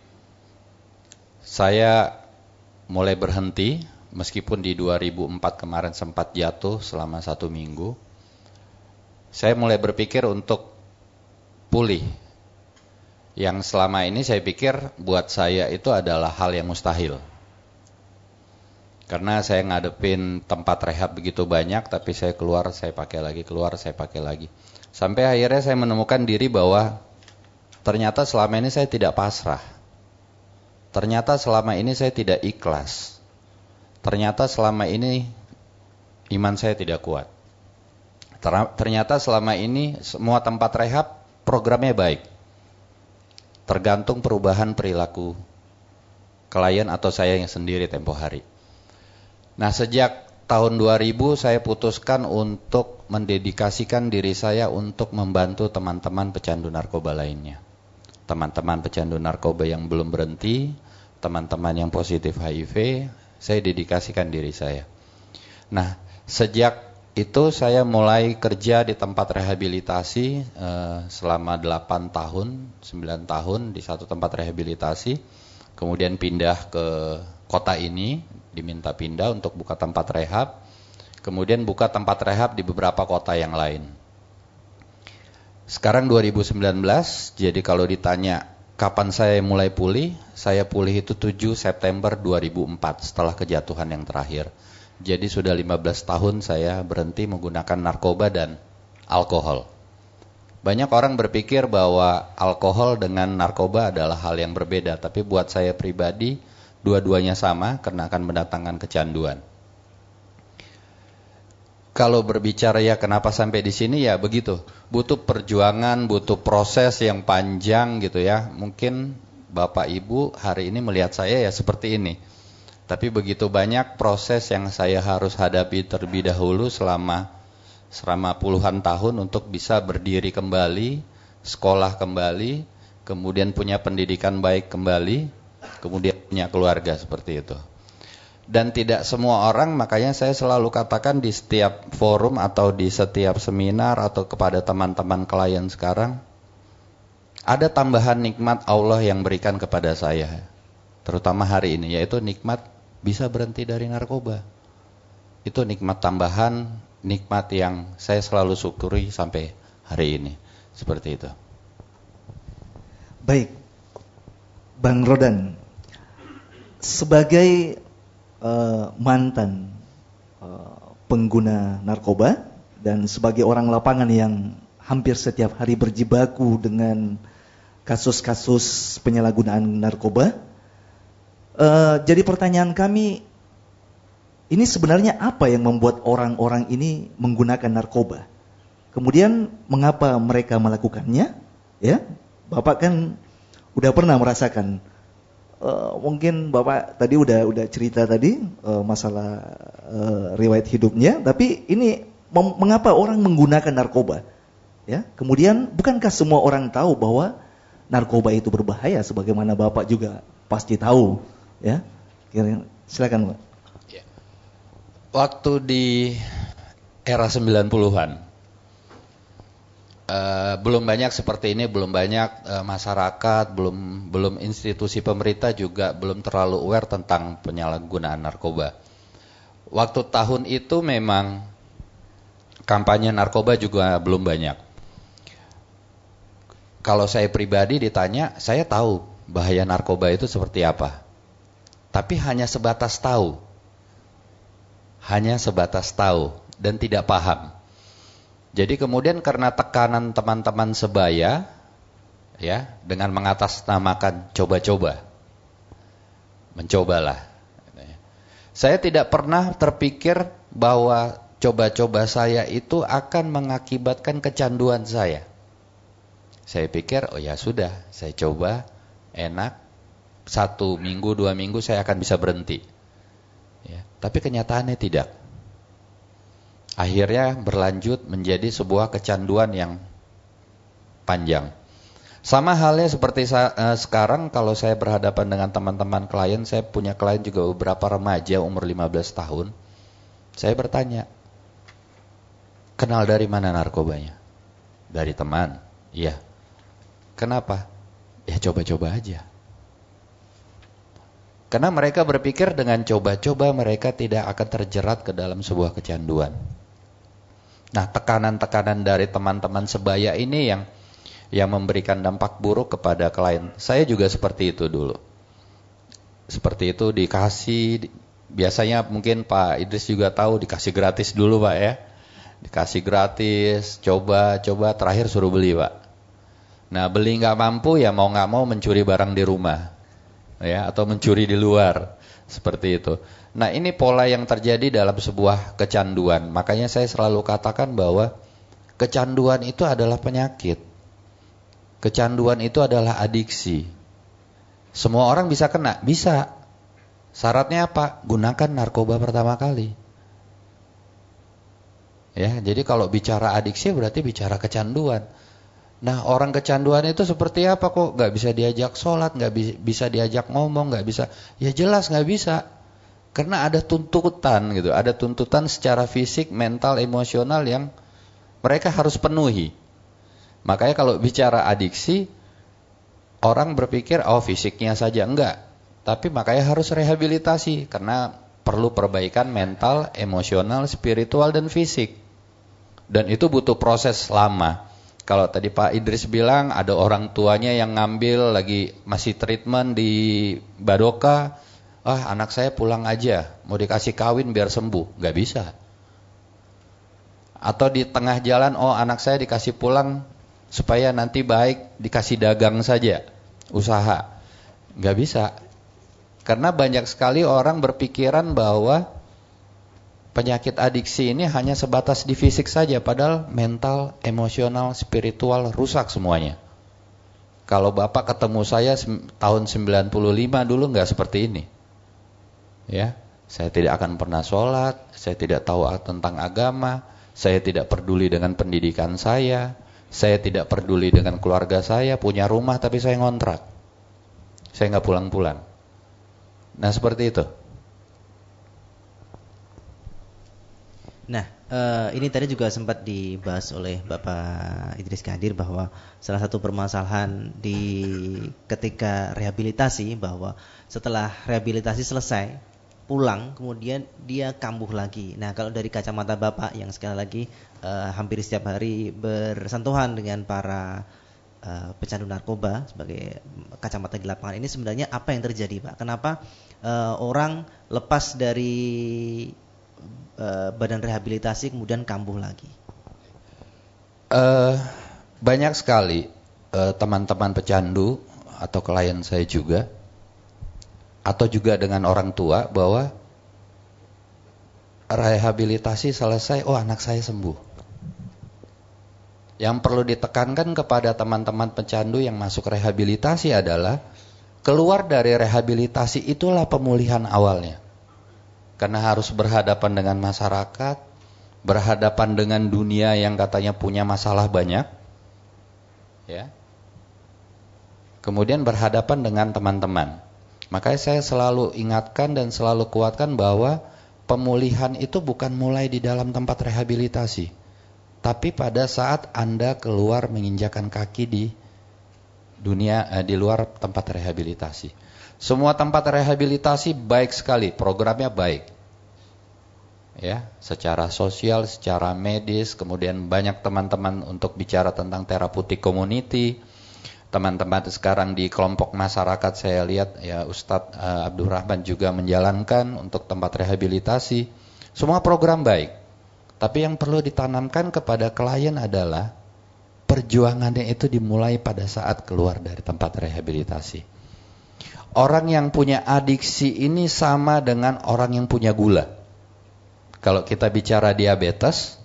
saya mulai berhenti. Meskipun di dua ribu empat kemarin sempat jatuh selama satu minggu, saya mulai berpikir untuk pulih. Yang selama ini saya pikir buat saya itu adalah hal yang mustahil. Karena saya ngadepin tempat rehab begitu banyak, tapi saya keluar, saya pakai lagi, keluar, saya pakai lagi. Sampai akhirnya saya menemukan diri bahwa ternyata selama ini saya tidak pasrah. Ternyata selama ini saya tidak ikhlas. Ternyata selama ini iman saya tidak kuat. Ternyata selama ini semua tempat rehab programnya baik. Tergantung perubahan perilaku klien atau saya yang sendiri tempo hari. Nah, sejak tahun dua ribu saya putuskan untuk mendedikasikan diri saya untuk membantu teman-teman pecandu narkoba lainnya. Teman-teman pecandu narkoba yang belum berhenti, teman-teman yang positif H I V, saya dedikasikan diri saya. Nah, sejak itu saya mulai kerja di tempat rehabilitasi eh, selama delapan tahun, sembilan tahun di satu tempat rehabilitasi. Kemudian pindah ke kota ini, diminta pindah untuk buka tempat rehab. Kemudian buka tempat rehab di beberapa kota yang lain. Sekarang dua ribu sembilan belas, jadi kalau ditanya kapan saya mulai pulih? Saya pulih itu tujuh September dua ribu empat setelah kejatuhan yang terakhir. Jadi sudah lima belas tahun saya berhenti menggunakan narkoba dan alkohol. Banyak orang berpikir bahwa alkohol dengan narkoba adalah hal yang berbeda, tapi buat saya pribadi dua-duanya sama karena akan mendatangkan kecanduan. kalau berbicara ya kenapa sampai di sini ya begitu. Butuh perjuangan, butuh proses yang panjang gitu ya. Mungkin Bapak Ibu hari ini melihat saya ya seperti ini. Tapi begitu banyak proses yang saya harus hadapi terlebih dahulu selama selama puluhan tahun untuk bisa berdiri kembali, sekolah kembali, kemudian punya pendidikan baik kembali, kemudian punya keluarga seperti itu. Dan tidak semua orang, makanya saya selalu katakan di setiap forum atau di setiap seminar atau kepada teman-teman klien sekarang, ada tambahan nikmat Allah yang berikan kepada saya, terutama hari ini, yaitu nikmat bisa berhenti dari narkoba. Itu nikmat tambahan, nikmat yang saya selalu syukuri sampai hari ini. Seperti itu. Baik, Bang Rodan, sebagai Uh, mantan uh, pengguna narkoba dan sebagai orang lapangan yang hampir setiap hari berjibaku dengan kasus-kasus penyalahgunaan narkoba, uh, jadi pertanyaan kami, ini sebenarnya apa yang membuat orang-orang ini menggunakan narkoba? Kemudian mengapa mereka melakukannya? Ya, Bapak kan udah pernah merasakan. Uh, mungkin Bapak tadi udah udah cerita tadi uh, masalah uh, riwayat hidupnya, tapi ini mem- mengapa orang menggunakan narkoba? Ya, kemudian bukankah semua orang tahu bahwa narkoba itu berbahaya, sebagaimana Bapak juga pasti tahu, ya? Silakan, Pak. Ya. Waktu di era sembilan puluhan, Uh, belum banyak seperti ini, belum banyak uh, masyarakat, belum belum institusi pemerintah juga belum terlalu aware tentang penyalahgunaan narkoba. Waktu tahun itu memang kampanye narkoba juga belum banyak. Kalau saya pribadi ditanya, saya tahu bahaya narkoba itu seperti apa. Tapi hanya sebatas tahu. Hanya sebatas tahu dan tidak paham. Jadi kemudian karena tekanan teman-teman sebaya, ya, dengan mengatasnamakan coba-coba, mencobalah. Saya tidak pernah terpikir bahwa coba-coba saya itu akan mengakibatkan kecanduan saya. Saya pikir, oh ya sudah, saya coba, enak, satu minggu, dua minggu saya akan bisa berhenti. Ya, tapi kenyataannya tidak. Akhirnya berlanjut menjadi sebuah kecanduan yang panjang. Sama halnya seperti sa- eh, sekarang kalau saya berhadapan dengan teman-teman klien, saya punya klien juga beberapa remaja umur lima belas tahun. Saya bertanya, kenal dari mana narkobanya? Dari teman. Iya. Kenapa? Ya coba-coba aja. Karena mereka berpikir dengan coba-coba mereka tidak akan terjerat ke dalam sebuah kecanduan. Nah, tekanan-tekanan dari teman-teman sebaya ini yang yang memberikan dampak buruk kepada klien. Saya juga seperti itu dulu. Seperti itu dikasih, biasanya mungkin Pak Idris juga tahu dikasih gratis dulu Pak ya. Dikasih gratis, coba, coba, terakhir suruh beli Pak. Nah, beli nggak mampu ya mau nggak mau mencuri barang di rumah. Ya, atau mencuri di luar. Seperti itu. Nah, ini pola yang terjadi dalam sebuah kecanduan. Makanya saya selalu katakan bahwa kecanduan itu adalah penyakit. Kecanduan itu adalah adiksi. Semua orang bisa kena, bisa. Syaratnya apa? Gunakan narkoba pertama kali. Ya, jadi kalau bicara adiksi berarti bicara kecanduan. Nah, orang kecanduan itu seperti apa kok? Gak bisa diajak sholat, gak bi- bisa diajak ngomong, gak bisa. Ya jelas gak bisa. Karena ada tuntutan gitu, ada tuntutan secara fisik, mental, emosional yang mereka harus penuhi. Makanya kalau bicara adiksi, orang berpikir, oh fisiknya saja, enggak. Tapi makanya harus rehabilitasi, karena perlu perbaikan mental, emosional, spiritual, dan fisik. Dan itu butuh proses lama. Kalau tadi Pak Idris bilang, ada orang tuanya yang ngambil, lagi masih treatment di Badoka, ah anak saya pulang aja, mau dikasih kawin biar sembuh. Gak bisa. Atau di tengah jalan, oh anak saya dikasih pulang supaya nanti baik, dikasih dagang saja, usaha. Gak bisa. Karena banyak sekali orang berpikiran bahwa penyakit adiksi ini hanya sebatas di fisik saja, padahal mental, emosional, spiritual rusak semuanya. Kalau Bapak ketemu saya tahun sembilan puluh lima dulu nggak seperti ini. Ya, saya tidak akan pernah sholat, saya tidak tahu tentang agama, saya tidak peduli dengan pendidikan saya, saya tidak peduli dengan keluarga saya, punya rumah tapi saya ngontrak. Saya nggak pulang-pulang. Nah, seperti itu. Nah, uh, ini tadi juga sempat dibahas oleh Bapak Idris Kadir bahwa salah satu permasalahan di ketika rehabilitasi bahwa setelah rehabilitasi selesai pulang kemudian dia kambuh lagi. Nah, kalau dari kacamata Bapak yang sekali lagi uh, hampir setiap hari bersentuhan dengan para uh, pecandu narkoba sebagai kacamata di lapangan ini, sebenarnya apa yang terjadi, Pak? Kenapa uh, orang lepas dari badan rehabilitasi kemudian kambuh lagi? Uh, banyak sekali uh, teman-teman pecandu atau klien saya juga, atau juga dengan orang tua, bahwa rehabilitasi selesai, oh anak saya sembuh. Yang perlu ditekankan kepada teman-teman pecandu yang masuk rehabilitasi adalah keluar dari rehabilitasi itulah pemulihan awalnya. Karena harus berhadapan dengan masyarakat, berhadapan dengan dunia yang katanya punya masalah banyak, ya. Kemudian berhadapan dengan teman-teman. Makanya saya selalu ingatkan dan selalu kuatkan bahwa pemulihan itu bukan mulai di dalam tempat rehabilitasi, tapi pada saat Anda keluar menginjakan kaki di dunia, eh, di luar tempat rehabilitasi. Semua tempat rehabilitasi baik sekali, programnya baik. Ya, secara sosial, secara medis, kemudian banyak teman-teman untuk bicara tentang therapeutic community. Teman-teman sekarang di kelompok masyarakat saya lihat ya Ustadz uh, Abdul Rahman juga menjalankan untuk tempat rehabilitasi. Semua program baik. Tapi yang perlu ditanamkan kepada klien adalah perjuangannya itu dimulai pada saat keluar dari tempat rehabilitasi. Orang yang punya adiksi ini sama dengan orang yang punya gula. Kalau kita bicara diabetes,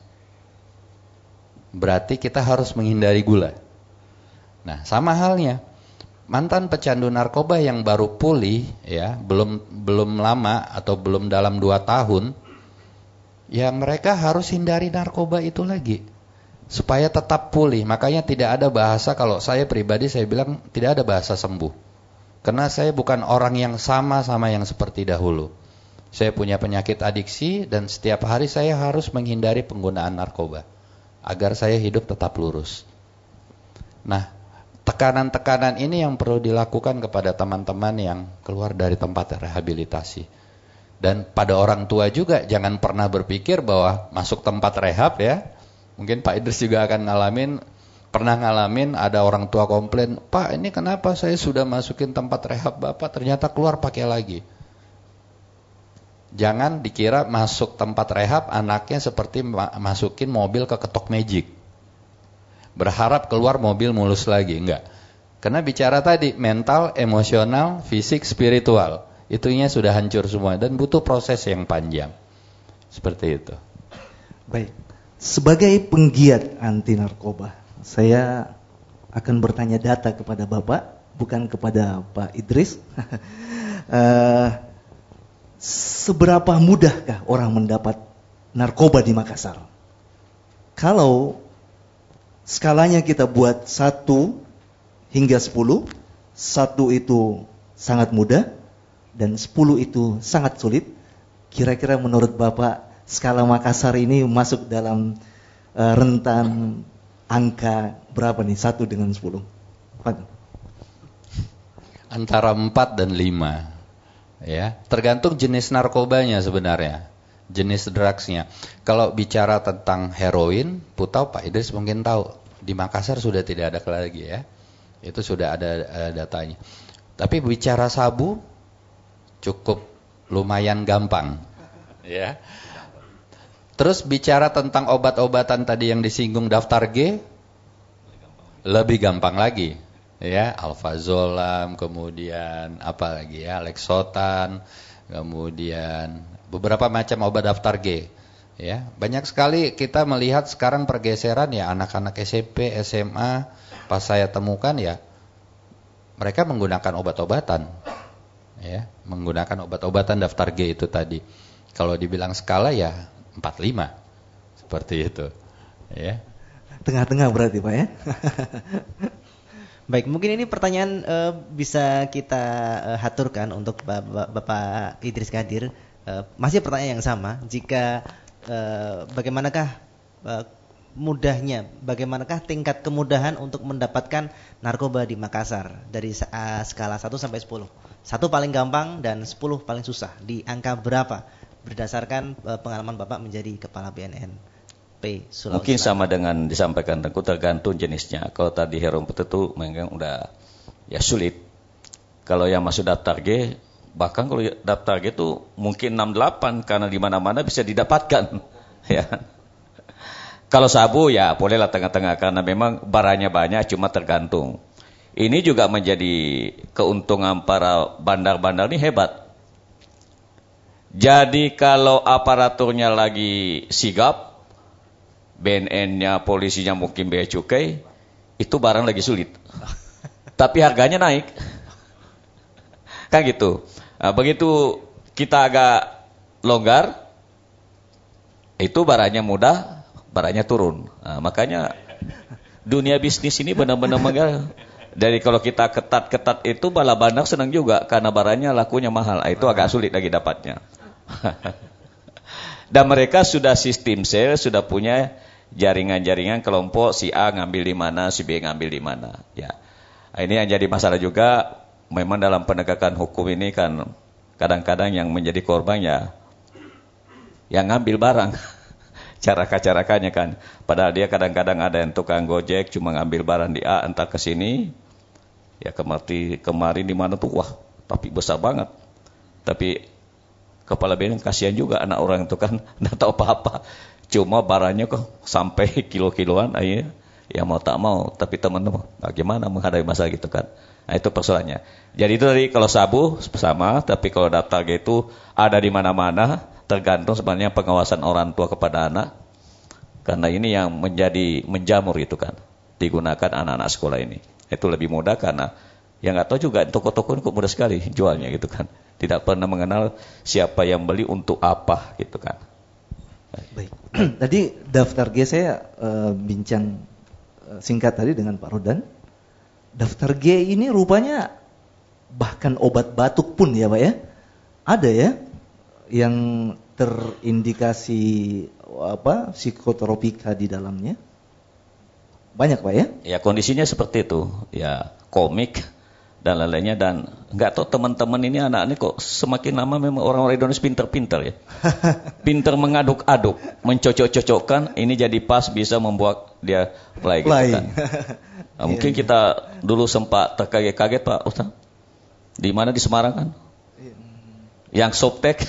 berarti kita harus menghindari gula. Nah, sama halnya mantan pecandu narkoba yang baru pulih, ya, belum belum lama atau belum dalam dua tahun, ya mereka harus hindari narkoba itu lagi supaya tetap pulih. Makanya tidak ada bahasa, kalau saya pribadi saya bilang tidak ada bahasa sembuh. Karena saya bukan orang yang sama sama yang seperti dahulu. Saya punya penyakit adiksi dan setiap hari saya harus menghindari penggunaan narkoba agar saya hidup tetap lurus. Nah, tekanan-tekanan ini yang perlu dilakukan kepada teman-teman yang keluar dari tempat rehabilitasi. Dan pada orang tua juga jangan pernah berpikir bahwa masuk tempat rehab, ya. Mungkin Pak Idris juga akan ngalamin, pernah ngalamin ada orang tua komplain, Pak ini kenapa saya sudah masukin tempat rehab Bapak ternyata keluar pakai lagi. Jangan dikira masuk tempat rehab anaknya seperti masukin mobil ke ketok magic, berharap keluar mobil mulus lagi. Enggak. Karena bicara tadi mental, emosional, fisik, spiritual, itunya sudah hancur semua dan butuh proses yang panjang. Seperti itu. Baik. Sebagai penggiat anti narkoba, saya akan bertanya data kepada Bapak, bukan kepada Pak Idris. uh, seberapa mudahkah orang mendapat narkoba di Makassar? Kalau skalanya kita buat satu hingga sepuluh, satu itu sangat mudah dan sepuluh itu sangat sulit. Kira-kira menurut Bapak skala Makassar ini masuk dalam uh, rentan angka berapa nih, satu dengan sepuluh? Antara empat dan lima. Ya, tergantung jenis narkobanya sebenarnya, jenis drugsnya. Kalau bicara tentang heroin, Putau Pak Idris mungkin tahu, di Makassar sudah tidak ada lagi ya. Itu sudah ada uh, datanya. Tapi bicara sabu cukup lumayan gampang. Ya. Terus bicara tentang obat-obatan tadi yang disinggung daftar G, lebih gampang lagi. Ya, alfazolam, kemudian apa lagi ya, Lexotan, kemudian beberapa macam obat daftar G. Ya, banyak sekali kita melihat sekarang pergeseran ya anak-anak S M P, S M A, pas saya temukan ya mereka menggunakan obat-obatan. Ya, menggunakan obat-obatan daftar G itu tadi. Kalau dibilang skala ya empat puluh lima. Seperti itu. Ya. Tengah-tengah berarti Pak ya. Baik, mungkin ini pertanyaan uh, bisa kita uh, haturkan untuk Bapak, Bapak Idris Kadir. Uh, masih pertanyaan yang sama. Jika uh, bagaimanakah uh, mudahnya, bagaimanakah tingkat kemudahan untuk mendapatkan narkoba di Makassar dari uh, skala satu sampai sepuluh? satu paling gampang dan sepuluh paling susah. Di angka berapa berdasarkan uh, pengalaman Bapak menjadi kepala B N N P Sulawesi Mungkin Selatan? sama dengan disampaikan Tengku, tergantung jenisnya. Kalau tadi herompet itu memang udah ya sulit. Kalau yang masuk daftar G, bahkan kalau daftar G itu mungkin enam delapan karena di mana-mana bisa didapatkan. Ya. Kalau sabu ya bolehlah tengah-tengah karena memang barangnya banyak, cuma tergantung. Ini juga menjadi keuntungan para bandar-bandar ini hebat. Jadi kalau aparaturnya lagi sigap, B N N-nya, polisinya mungkin bea cukai, itu barang lagi sulit. Tapi harganya naik. Kan gitu. Nah, begitu kita agak longgar, itu barangnya mudah, barangnya turun. Nah, makanya dunia bisnis ini benar-benar mengal. Dari kalau kita ketat-ketat itu bala bandar senang juga karena barangnya lakunya mahal. Itu agak sulit lagi dapatnya. Dan mereka sudah sistem sel, sudah punya jaringan-jaringan kelompok si A ngambil di mana, si B ngambil di mana. Ya, ini yang jadi masalah juga. Memang dalam penegakan hukum ini kan kadang-kadang yang menjadi korban ya yang ngambil barang. Cara-carakanya kan. Padahal dia kadang-kadang ada yang tukang gojek cuma ngambil barang di A entar ke sini. Ya kemari kemarin di mana tuh wah, tapi besar banget. Tapi kepala B N N kasihan juga anak orang itu kan enggak tahu apa-apa. Cuma barangnya kok sampai kilo-kiloan aja. Ya mau tak mau, tapi teman-teman bagaimana menghadapi masalah gitu kan. Nah, itu persoalannya. Jadi itu tadi kalau sabu sama, tapi kalau daftar G itu ada di mana-mana, tergantung sebenarnya pengawasan orang tua kepada anak. Karena ini yang menjadi menjamur itu kan, digunakan anak-anak sekolah ini. Itu lebih mudah karena yang nggak tahu juga toko-toko ini kok mudah sekali jualnya gitu kan. Tidak pernah mengenal siapa yang beli untuk apa gitu kan. Baik. Tadi daftar G saya uh, bincang uh, singkat tadi dengan Pak Rodan. Daftar G ini rupanya bahkan obat batuk pun ya Pak ya. Ada ya yang terindikasi apa psikotropika di dalamnya. Banyak Pak ya? Ya kondisinya seperti itu. Ya komik dan lainnya dan nggak tahu teman-teman ini anak ini kok semakin lama memang orang-orang Indonesia pinter-pinter ya. Pinter mengaduk-aduk, mencocok-cocokkan ini jadi pas bisa membuat dia play, play. Gitu kan. Nah, mungkin iya, kita dulu sempat terkaget-kaget Pak Ustaz. Di mana di Semarang kan? Yang softtek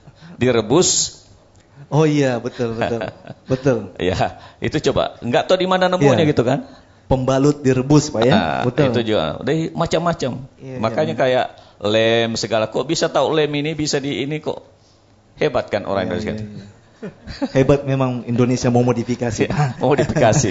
direbus. Oh iya, betul, betul. Betul. Ya, itu coba. Enggak tahu di mana nemunya ya, gitu kan. Pembalut direbus, Pak ya. Nah, betul. Itu juga. Udah macam-macam. Ya, Makanya ya, kayak lem segala. Kok bisa tahu lem ini bisa di ini kok. Hebat kan orang ya, Indonesia. Ya, ya. Hebat memang Indonesia mau modifikasi. Modifikasi.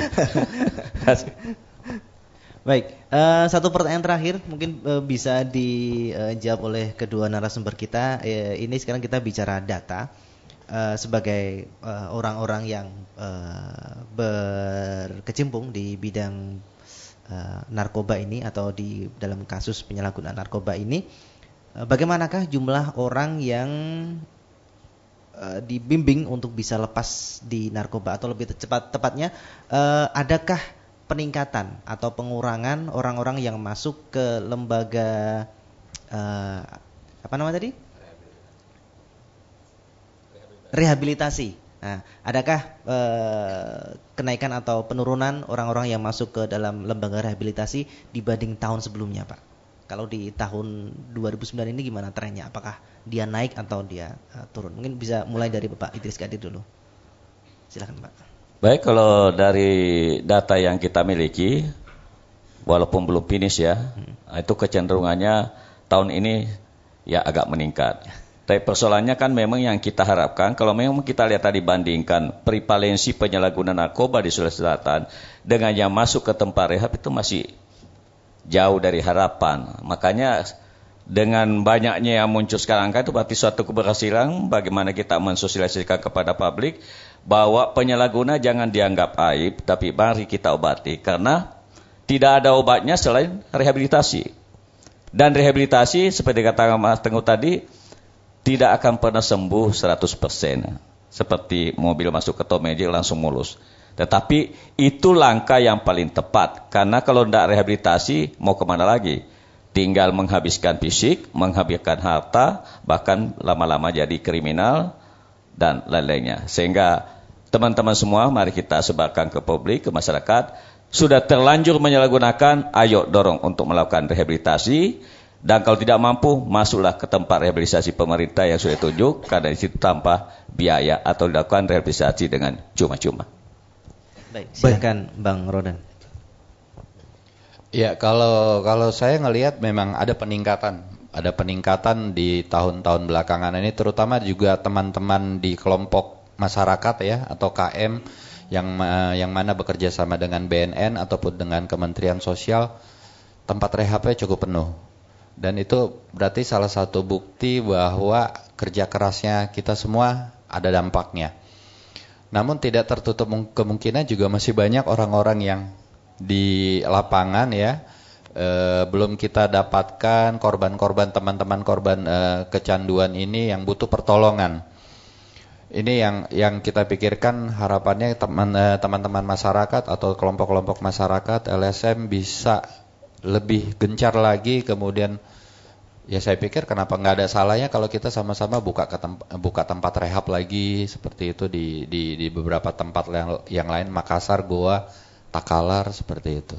Baik, uh, satu pertanyaan terakhir mungkin uh, bisa dijawab oleh kedua narasumber kita. Uh, ini sekarang kita bicara data. Uh, sebagai uh, orang-orang yang uh, berkecimpung di bidang uh, narkoba ini atau di dalam kasus penyalahgunaan narkoba ini, uh, bagaimanakah jumlah orang yang uh, dibimbing untuk bisa lepas di narkoba atau lebih cepat tepatnya uh, adakah peningkatan atau pengurangan orang-orang yang masuk ke lembaga uh, apa namanya tadi? Rehabilitasi. Nah, adakah eh, kenaikan atau penurunan orang-orang yang masuk ke dalam lembaga rehabilitasi dibanding tahun sebelumnya, Pak? Kalau di tahun dua ribu sembilan ini gimana trennya? Apakah dia naik atau dia uh, turun? Mungkin bisa mulai dari Bapak Idris Kadir dulu. Silakan, Pak. Baik, kalau dari data yang kita miliki, walaupun belum finish ya, hmm. itu kecenderungannya tahun ini ya agak meningkat. Tapi persoalannya kan memang yang kita harapkan, kalau memang kita lihat tadi bandingkan prevalensi penyalahgunaan narkoba di Sulawesi Selatan dengan yang masuk ke tempat rehab itu masih jauh dari harapan. Makanya dengan banyaknya yang muncul sekarang kan itu berarti suatu keberhasilan bagaimana kita mensosialisasikan kepada publik bahwa penyalahguna jangan dianggap aib, tapi mari kita obati karena tidak ada obatnya selain rehabilitasi. Dan rehabilitasi seperti kata Mas Teguh tadi tidak akan pernah sembuh seratus persen. Seperti mobil masuk ke tomeji langsung mulus. Tetapi itu langkah yang paling tepat. Karena kalau tidak rehabilitasi, mau kemana lagi? Tinggal menghabiskan fisik, menghabiskan harta, bahkan lama-lama jadi kriminal, dan lain-lainnya. Sehingga teman-teman semua, mari kita sebarkan ke publik, ke masyarakat. Sudah terlanjur menyalahgunakan, ayo dorong untuk melakukan rehabilitasi. Dan kalau tidak mampu, masuklah ke tempat rehabilitasi pemerintah yang sudah ditunjuk, karena di situ tanpa biaya atau dilakukan rehabilitasi dengan cuma-cuma. Baik, silakan Bang Rodan. Ya, kalau kalau saya ngelihat memang ada peningkatan, ada peningkatan di tahun-tahun belakangan ini, terutama juga teman-teman di kelompok masyarakat ya atau K M yang yang mana bekerja sama dengan B N N ataupun dengan Kementerian Sosial, tempat rehabnya cukup penuh. Dan itu berarti salah satu bukti bahwa kerja kerasnya kita semua ada dampaknya. Namun tidak tertutup kemungkinan juga masih banyak orang-orang yang di lapangan ya e, belum kita dapatkan korban-korban teman-teman korban e, kecanduan ini yang butuh pertolongan. Ini yang yang kita pikirkan harapannya teman e, teman-teman masyarakat atau kelompok-kelompok masyarakat L S M bisa lebih gencar lagi, kemudian ya saya pikir kenapa nggak ada salahnya kalau kita sama-sama buka ke temp- buka tempat rehab lagi seperti itu di di di beberapa tempat yang, yang lain, Makassar, Goa, Takalar, seperti itu.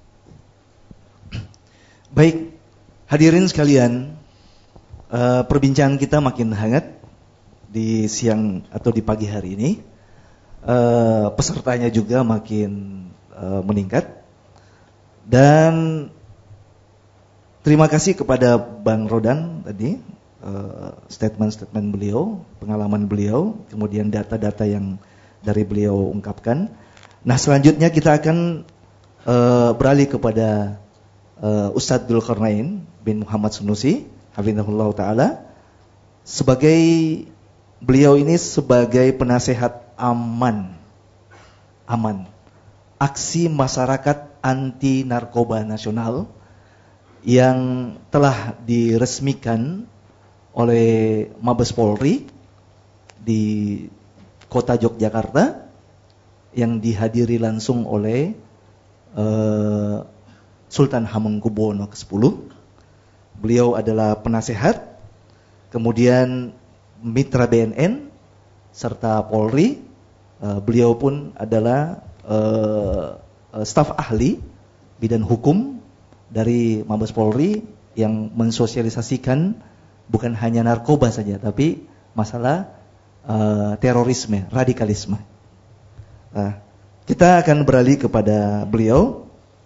Baik, hadirin sekalian, uh, perbincangan kita makin hangat di siang atau di pagi hari ini. Uh, pesertanya juga makin uh, meningkat. Dan terima kasih kepada Bang Rodan tadi, uh, statement-statement beliau, pengalaman beliau, kemudian data-data yang dari beliau ungkapkan. Nah, selanjutnya kita akan uh, beralih kepada uh, Ustadz Dzulkarnain bin Muhammad Sunusi, hafizahullah ta'ala. Sebagai beliau ini sebagai penasehat aman, aman, aksi masyarakat anti narkoba nasional yang telah diresmikan oleh Mabes Polri di Kota Yogyakarta, yang dihadiri langsung oleh uh, Sultan Hamengkubuwono kesepuluh. Beliau adalah penasehat, kemudian mitra B N N serta Polri. Uh, beliau pun adalah uh, uh, staf ahli bidang hukum dari Mabes Polri yang mensosialisasikan bukan hanya narkoba saja, tapi masalah uh, terorisme, radikalisme. Nah, kita akan beralih kepada beliau.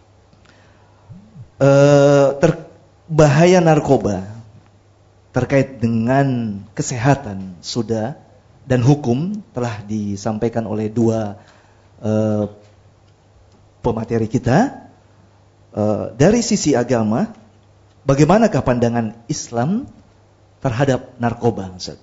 Uh, ter- bahaya narkoba terkait dengan kesehatan sudah dan hukum telah disampaikan oleh dua uh, pemateri kita. Uh, dari sisi agama, bagaimanakah pandangan Islam terhadap narkoba, Ustaz?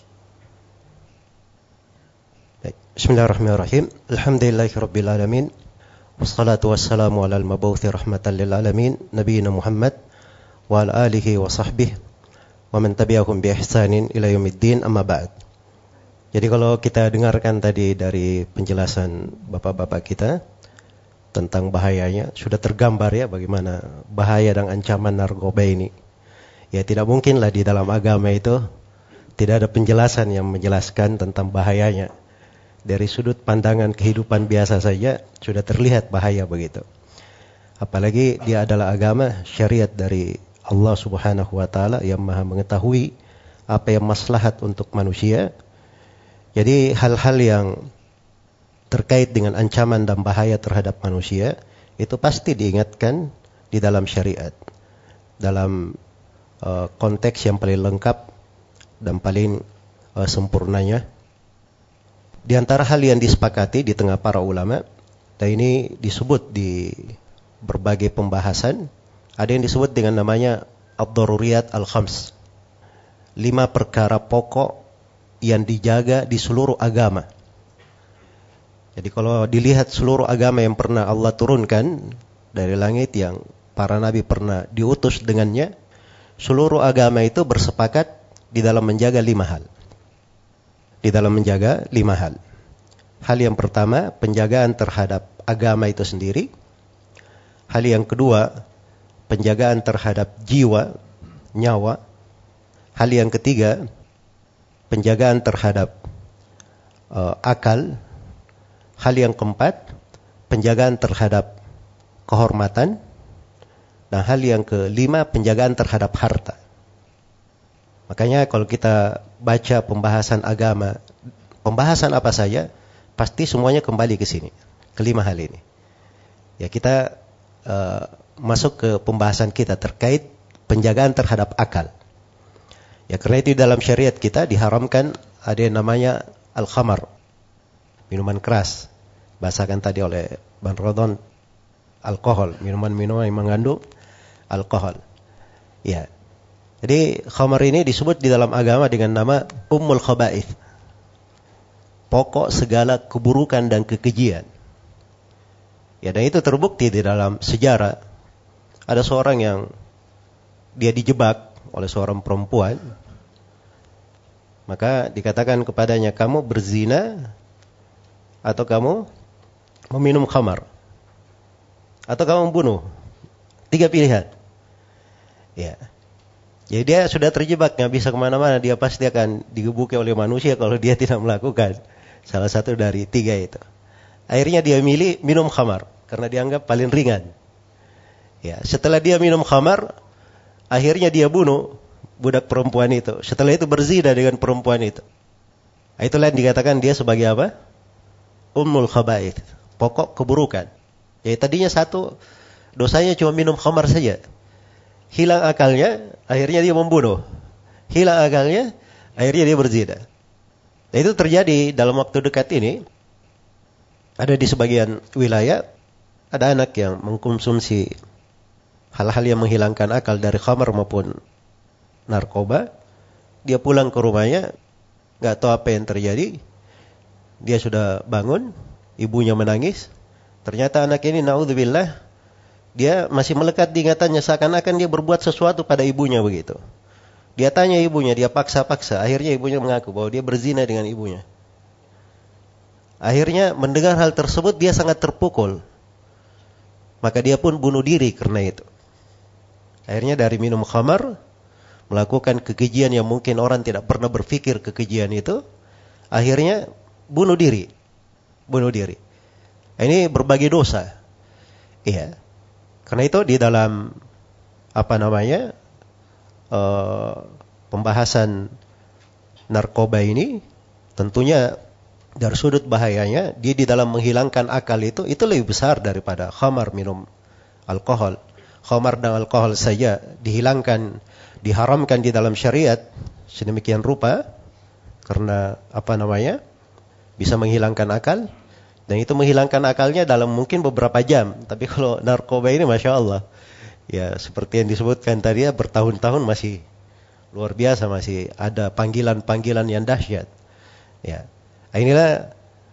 Bismillahirrahmanirrahim. Alhamdulillahirabbil alamin. Wassalatu wassalamu alal mab'uutsi rahmatan lil alamin, nabiyina Muhammad wa ala alihi wa sahbihi wa man tabi'ahum bi ihsanin ila yaumiddin, amma ba'd. Jadi kalau kita dengarkan tadi dari penjelasan bapak-bapak kita tentang bahayanya, sudah tergambar ya bagaimana bahaya dan ancaman narkoba ini. Ya tidak mungkinlah di dalam agama itu tidak ada penjelasan yang menjelaskan tentang bahayanya. Dari sudut pandangan kehidupan biasa saja sudah terlihat bahaya begitu. Apalagi dia adalah agama syariat dari Allah Subhanahu wa taala yang Maha mengetahui apa yang maslahat untuk manusia. Jadi hal-hal yang terkait dengan ancaman dan bahaya terhadap manusia itu pasti diingatkan di dalam syariat. Dalam uh, konteks yang paling lengkap dan paling uh, sempurnanya. Di antara hal yang disepakati di tengah para ulama, dan ini disebut di berbagai pembahasan, ada yang disebut dengan namanya ad-daruriyat al-khams. Lima perkara pokok yang dijaga di seluruh agama. Jadi kalau dilihat seluruh agama yang pernah Allah turunkan dari langit, yang para nabi pernah diutus dengannya, seluruh agama itu bersepakat di dalam menjaga lima hal. Di dalam menjaga lima hal. Hal yang pertama, penjagaan terhadap agama itu sendiri. Hal yang kedua, penjagaan terhadap jiwa, nyawa. Hal yang ketiga, penjagaan terhadap uh, akal. Hal yang keempat, penjagaan terhadap kehormatan. Dan hal yang kelima, penjagaan terhadap harta. Makanya kalau kita baca pembahasan agama, pembahasan apa saja, pasti semuanya kembali ke sini, kelima hal ini. Ya, kita uh, masuk ke pembahasan kita terkait penjagaan terhadap akal. Ya, karena itu dalam syariat kita diharamkan ada yang namanya al-khamar, minuman keras. Bahasakan tadi oleh Bang Rodon, alkohol, minuman-minuman yang mengandung alkohol. Ya. Jadi khamar ini disebut di dalam agama dengan nama ummul khaba'ith, pokok segala keburukan dan kekejian. Ya, dan itu terbukti di dalam sejarah. Ada seorang yang dia dijebak oleh seorang perempuan, maka dikatakan kepadanya, kamu berzina atau kamu meminum khamar atau kamu membunuh. Tiga pilihan. Ya. Jadi dia sudah terjebak, nggak bisa kemana-mana. Dia pasti akan digebuki oleh manusia kalau dia tidak melakukan salah satu dari tiga itu. Akhirnya dia milih minum khamar karena dianggap paling ringan. Ya, setelah dia minum khamar, akhirnya dia bunuh budak perempuan itu. Setelah itu berzina dengan perempuan itu. Itulah yang dikatakan dia sebagai apa? Ummul khaba'ith, pokok keburukan. Jadi tadinya satu, dosanya cuma minum khamar saja. Hilang akalnya, akhirnya dia membunuh. Hilang akalnya, akhirnya dia berzina. Nah, itu terjadi dalam waktu dekat ini. Ada di sebagian wilayah, ada anak yang mengkonsumsi hal-hal yang menghilangkan akal dari khamar maupun narkoba. Dia pulang ke rumahnya, gak tahu apa yang terjadi. Dia sudah bangun, ibunya menangis. Ternyata anak ini, na'udzubillah, dia masih melekat di ingatannya seakan-akan dia berbuat sesuatu pada ibunya begitu. Dia tanya ibunya, dia paksa-paksa. Akhirnya ibunya mengaku bahwa dia berzina dengan ibunya. Akhirnya mendengar hal tersebut dia sangat terpukul. Maka dia pun bunuh diri karena itu. Akhirnya dari minum khamar, melakukan kekejian yang mungkin orang tidak pernah berpikir kekejian itu. Akhirnya bunuh diri. Bunuh diri. Ini berbagai dosa. Iya. Karena itu di dalam apa namanya uh, pembahasan narkoba ini, tentunya dari sudut bahayanya, dia di dalam menghilangkan akal itu, itu lebih besar daripada khamar, minum alkohol. Khamar dan alkohol saja dihilangkan, diharamkan di dalam syariat sedemikian rupa, karena apa namanya bisa menghilangkan akal. Dan itu menghilangkan akalnya dalam mungkin beberapa jam. Tapi kalau narkoba ini Masya Allah, ya seperti yang disebutkan tadi ya, bertahun-tahun masih luar biasa, masih ada panggilan-panggilan yang dahsyat. Ya, inilah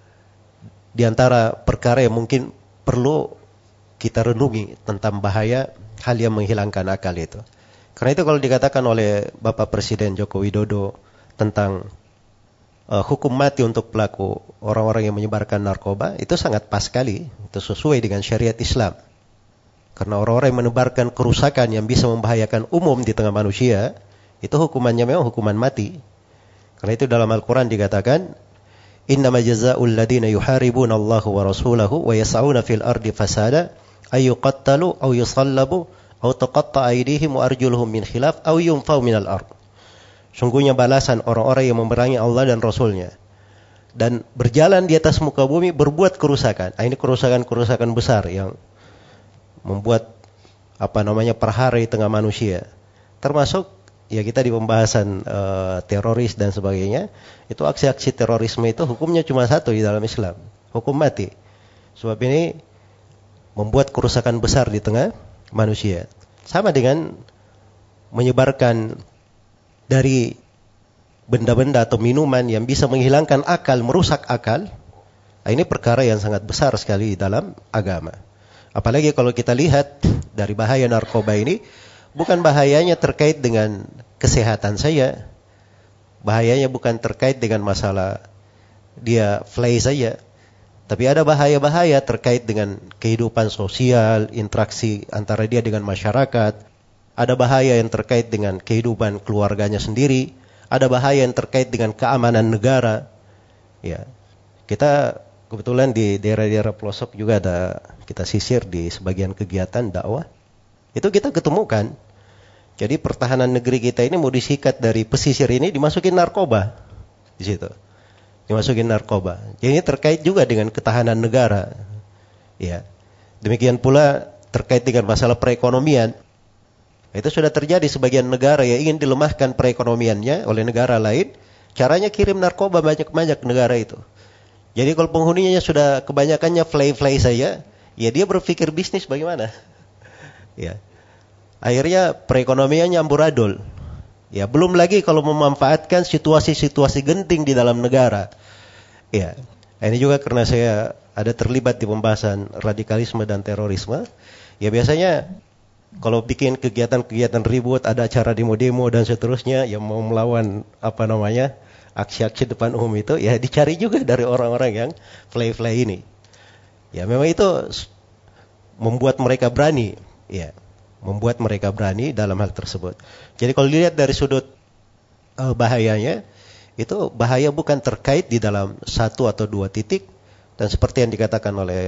diantara perkara yang mungkin perlu kita renungi tentang bahaya hal yang menghilangkan akal itu. Karena itu kalau dikatakan oleh Bapak Presiden Joko Widodo tentang Uh, hukum mati untuk pelaku orang-orang yang menyebarkan narkoba, itu sangat pas sekali, itu sesuai dengan syariat Islam. Karena orang-orang yang menebarkan kerusakan yang bisa membahayakan umum di tengah manusia, itu hukumannya memang hukuman mati. Karena itu dalam Al-Quran dikatakan, innama jazaa'ul ladina yuharibuna Allah wa rasulahu wa yas'auna fil ardi fasada ayyuqattalu aw yusallabu aw tuqatta'a aydihim wa arjuluhum min khilaf aw yunfaw minal ard. Sungguhnya balasan orang-orang yang memerangi Allah dan Rasulnya dan berjalan di atas muka bumi berbuat kerusakan. Nah, ini kerusakan-kerusakan besar yang membuat apa namanya perhara di tengah manusia. Termasuk ya kita di pembahasan uh, teroris dan sebagainya, itu aksi-aksi terorisme itu hukumnya cuma satu di dalam Islam, hukum mati. Sebab ini membuat kerusakan besar di tengah manusia. Sama dengan menyebarkan dari benda-benda atau minuman yang bisa menghilangkan akal, merusak akal. Ini perkara yang sangat besar sekali di dalam agama. Apalagi kalau kita lihat dari bahaya narkoba ini, bukan bahayanya terkait dengan kesehatan saya. Bahayanya bukan terkait dengan masalah dia fly saja. Tapi ada bahaya-bahaya terkait dengan kehidupan sosial, interaksi antara dia dengan masyarakat. Ada bahaya yang terkait dengan kehidupan keluarganya sendiri. Ada bahaya yang terkait dengan keamanan negara. Ya, kita kebetulan di daerah-daerah pelosok juga ada, kita sisir di sebagian kegiatan dakwah. Itu kita ketemukan. Jadi pertahanan negeri kita ini mau disikat dari pesisir ini dimasukin narkoba di situ. Dimasukin narkoba. Jadi ini terkait juga dengan ketahanan negara. Ya. Demikian pula terkait dengan masalah perekonomian. Itu sudah terjadi sebagian negara yang ingin dilemahkan perekonomiannya oleh negara lain. Caranya kirim narkoba banyak-banyak ke negara itu. Jadi kalau penghuninya sudah kebanyakannya fly-fly saja, ya dia berpikir bisnis bagaimana. Ya. Akhirnya perekonomiannya amburadul. Ya, belum lagi kalau memanfaatkan situasi-situasi genting di dalam negara. Ya, ini juga karena saya ada terlibat di pembahasan radikalisme dan terorisme. Ya biasanya kalau bikin kegiatan-kegiatan ribut, ada acara demo-demo dan seterusnya yang mau melawan apa namanya aksi-aksi depan umum itu, ya dicari juga dari orang-orang yang fly-fly ini. Ya memang itu membuat mereka berani. Ya. Membuat mereka berani dalam hal tersebut. Jadi kalau dilihat dari sudut uh, bahayanya, itu bahaya bukan terkait di dalam satu atau dua titik. Dan seperti yang dikatakan oleh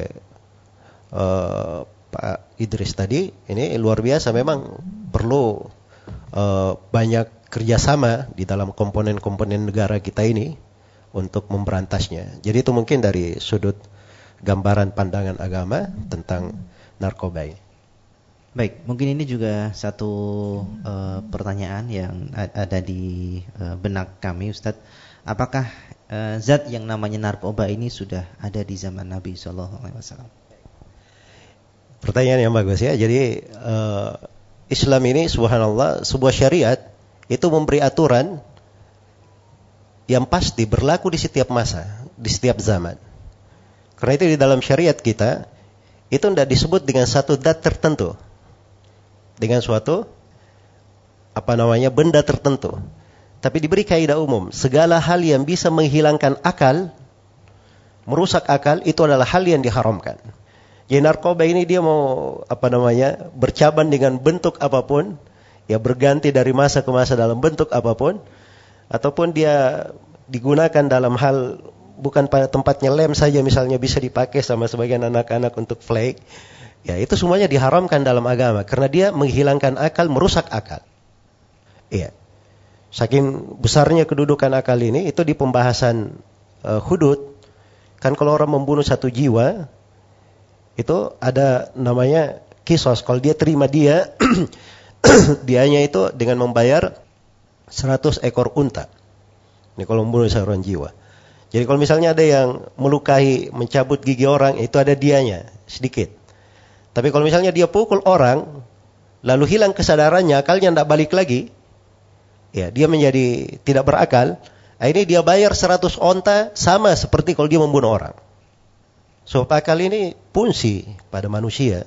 uh, Pak Idris tadi, ini luar biasa, memang perlu uh, banyak kerjasama di dalam komponen-komponen negara kita ini untuk memberantasnya. Jadi itu mungkin dari sudut gambaran pandangan agama tentang narkoba ini. Baik, mungkin ini juga satu uh, pertanyaan yang ada di uh, benak kami, Ustadz. Apakah uh, zat yang namanya narkoba ini sudah ada di zaman Nabi shallallahu alaihi wasallam? Pertanyaan yang bagus ya. Jadi uh, Islam ini subhanallah sebuah syariat itu memberi aturan yang pasti berlaku di setiap masa, di setiap zaman. Karena itu di dalam syariat kita itu tidak disebut dengan satu zat tertentu, dengan suatu apa namanya benda tertentu, tapi diberi kaidah umum. Segala hal yang bisa menghilangkan akal, merusak akal, itu adalah hal yang diharamkan. Jadi narkoba ini dia mau apa namanya bercabang dengan bentuk apapun, ya berganti dari masa ke masa dalam bentuk apapun, ataupun dia digunakan dalam hal bukan pada tempatnya lem saja, misalnya bisa dipakai sama sebagian anak-anak untuk flag. Ya, itu semuanya diharamkan dalam agama karena dia menghilangkan akal, merusak akal. Iya. Saking besarnya kedudukan akal ini, itu di pembahasan uh, hudud. Kan kalau orang membunuh satu jiwa, itu ada namanya kisos. Kalau dia terima dia, dianya itu dengan membayar seratus ekor unta. Ini kalau membunuh seorang jiwa. Jadi kalau misalnya ada yang melukai, mencabut gigi orang, itu ada dianya sedikit. Tapi kalau misalnya dia pukul orang, lalu hilang kesadarannya, akalnya tidak balik lagi, ya dia menjadi tidak berakal, ini dia bayar seratus onta, sama seperti kalau dia membunuh orang. So akal ini fungsi pada manusia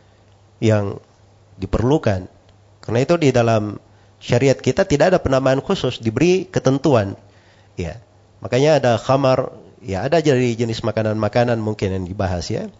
yang diperlukan. Karena itu di dalam syariat kita tidak ada penamaan khusus, diberi ketentuan. Ya, makanya ada khamar, ya ada jadi jenis makanan-makanan mungkin yang dibahas ya.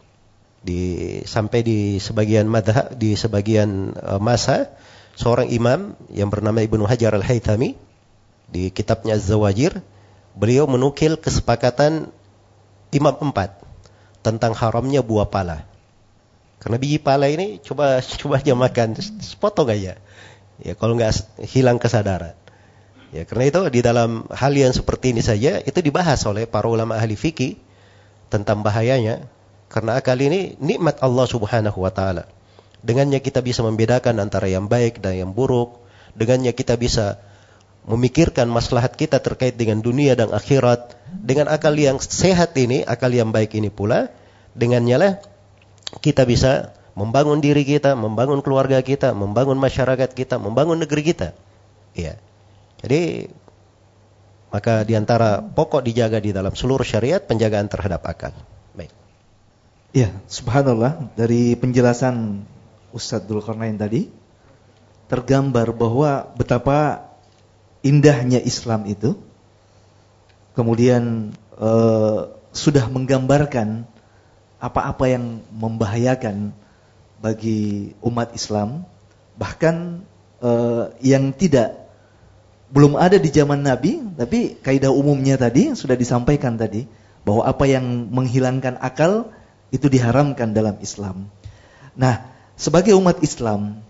Di sampai di sebagian madhab, di sebagian uh, masa, seorang imam yang bernama Ibnu Hajar Al-Haythami di kitabnya Az-Zawajir, beliau menukil kesepakatan imam empat tentang haramnya buah pala. Karena biji pala ini coba coba aja makan sepotong aja, ya kalau nggak hilang kesadaran. Ya karena itu di dalam hal yang seperti ini saja itu dibahas oleh para ulama ahli fikih tentang bahayanya. Karena akal ini nikmat Allah Subhanahu wa taala. Dengannya kita bisa membedakan antara yang baik dan yang buruk, dengannya kita bisa memikirkan maslahat kita terkait dengan dunia dan akhirat. Dengan akal yang sehat ini, akal yang baik ini pula, dengannya lah kita bisa membangun diri kita, membangun keluarga kita, membangun masyarakat kita, membangun negeri kita. Ya. Jadi maka diantara pokok dijaga di dalam seluruh syariat penjagaan terhadap akal. Baik. Ya, subhanallah, dari penjelasan Ustadz Dzulkarnain tadi tergambar bahwa betapa indahnya Islam itu, kemudian eh, sudah menggambarkan apa-apa yang membahayakan bagi umat Islam, bahkan eh, yang tidak belum ada di zaman Nabi, tapi kaidah umumnya tadi sudah disampaikan tadi, bahwa apa yang menghilangkan akal itu diharamkan dalam Islam. Nah, sebagai umat Islam,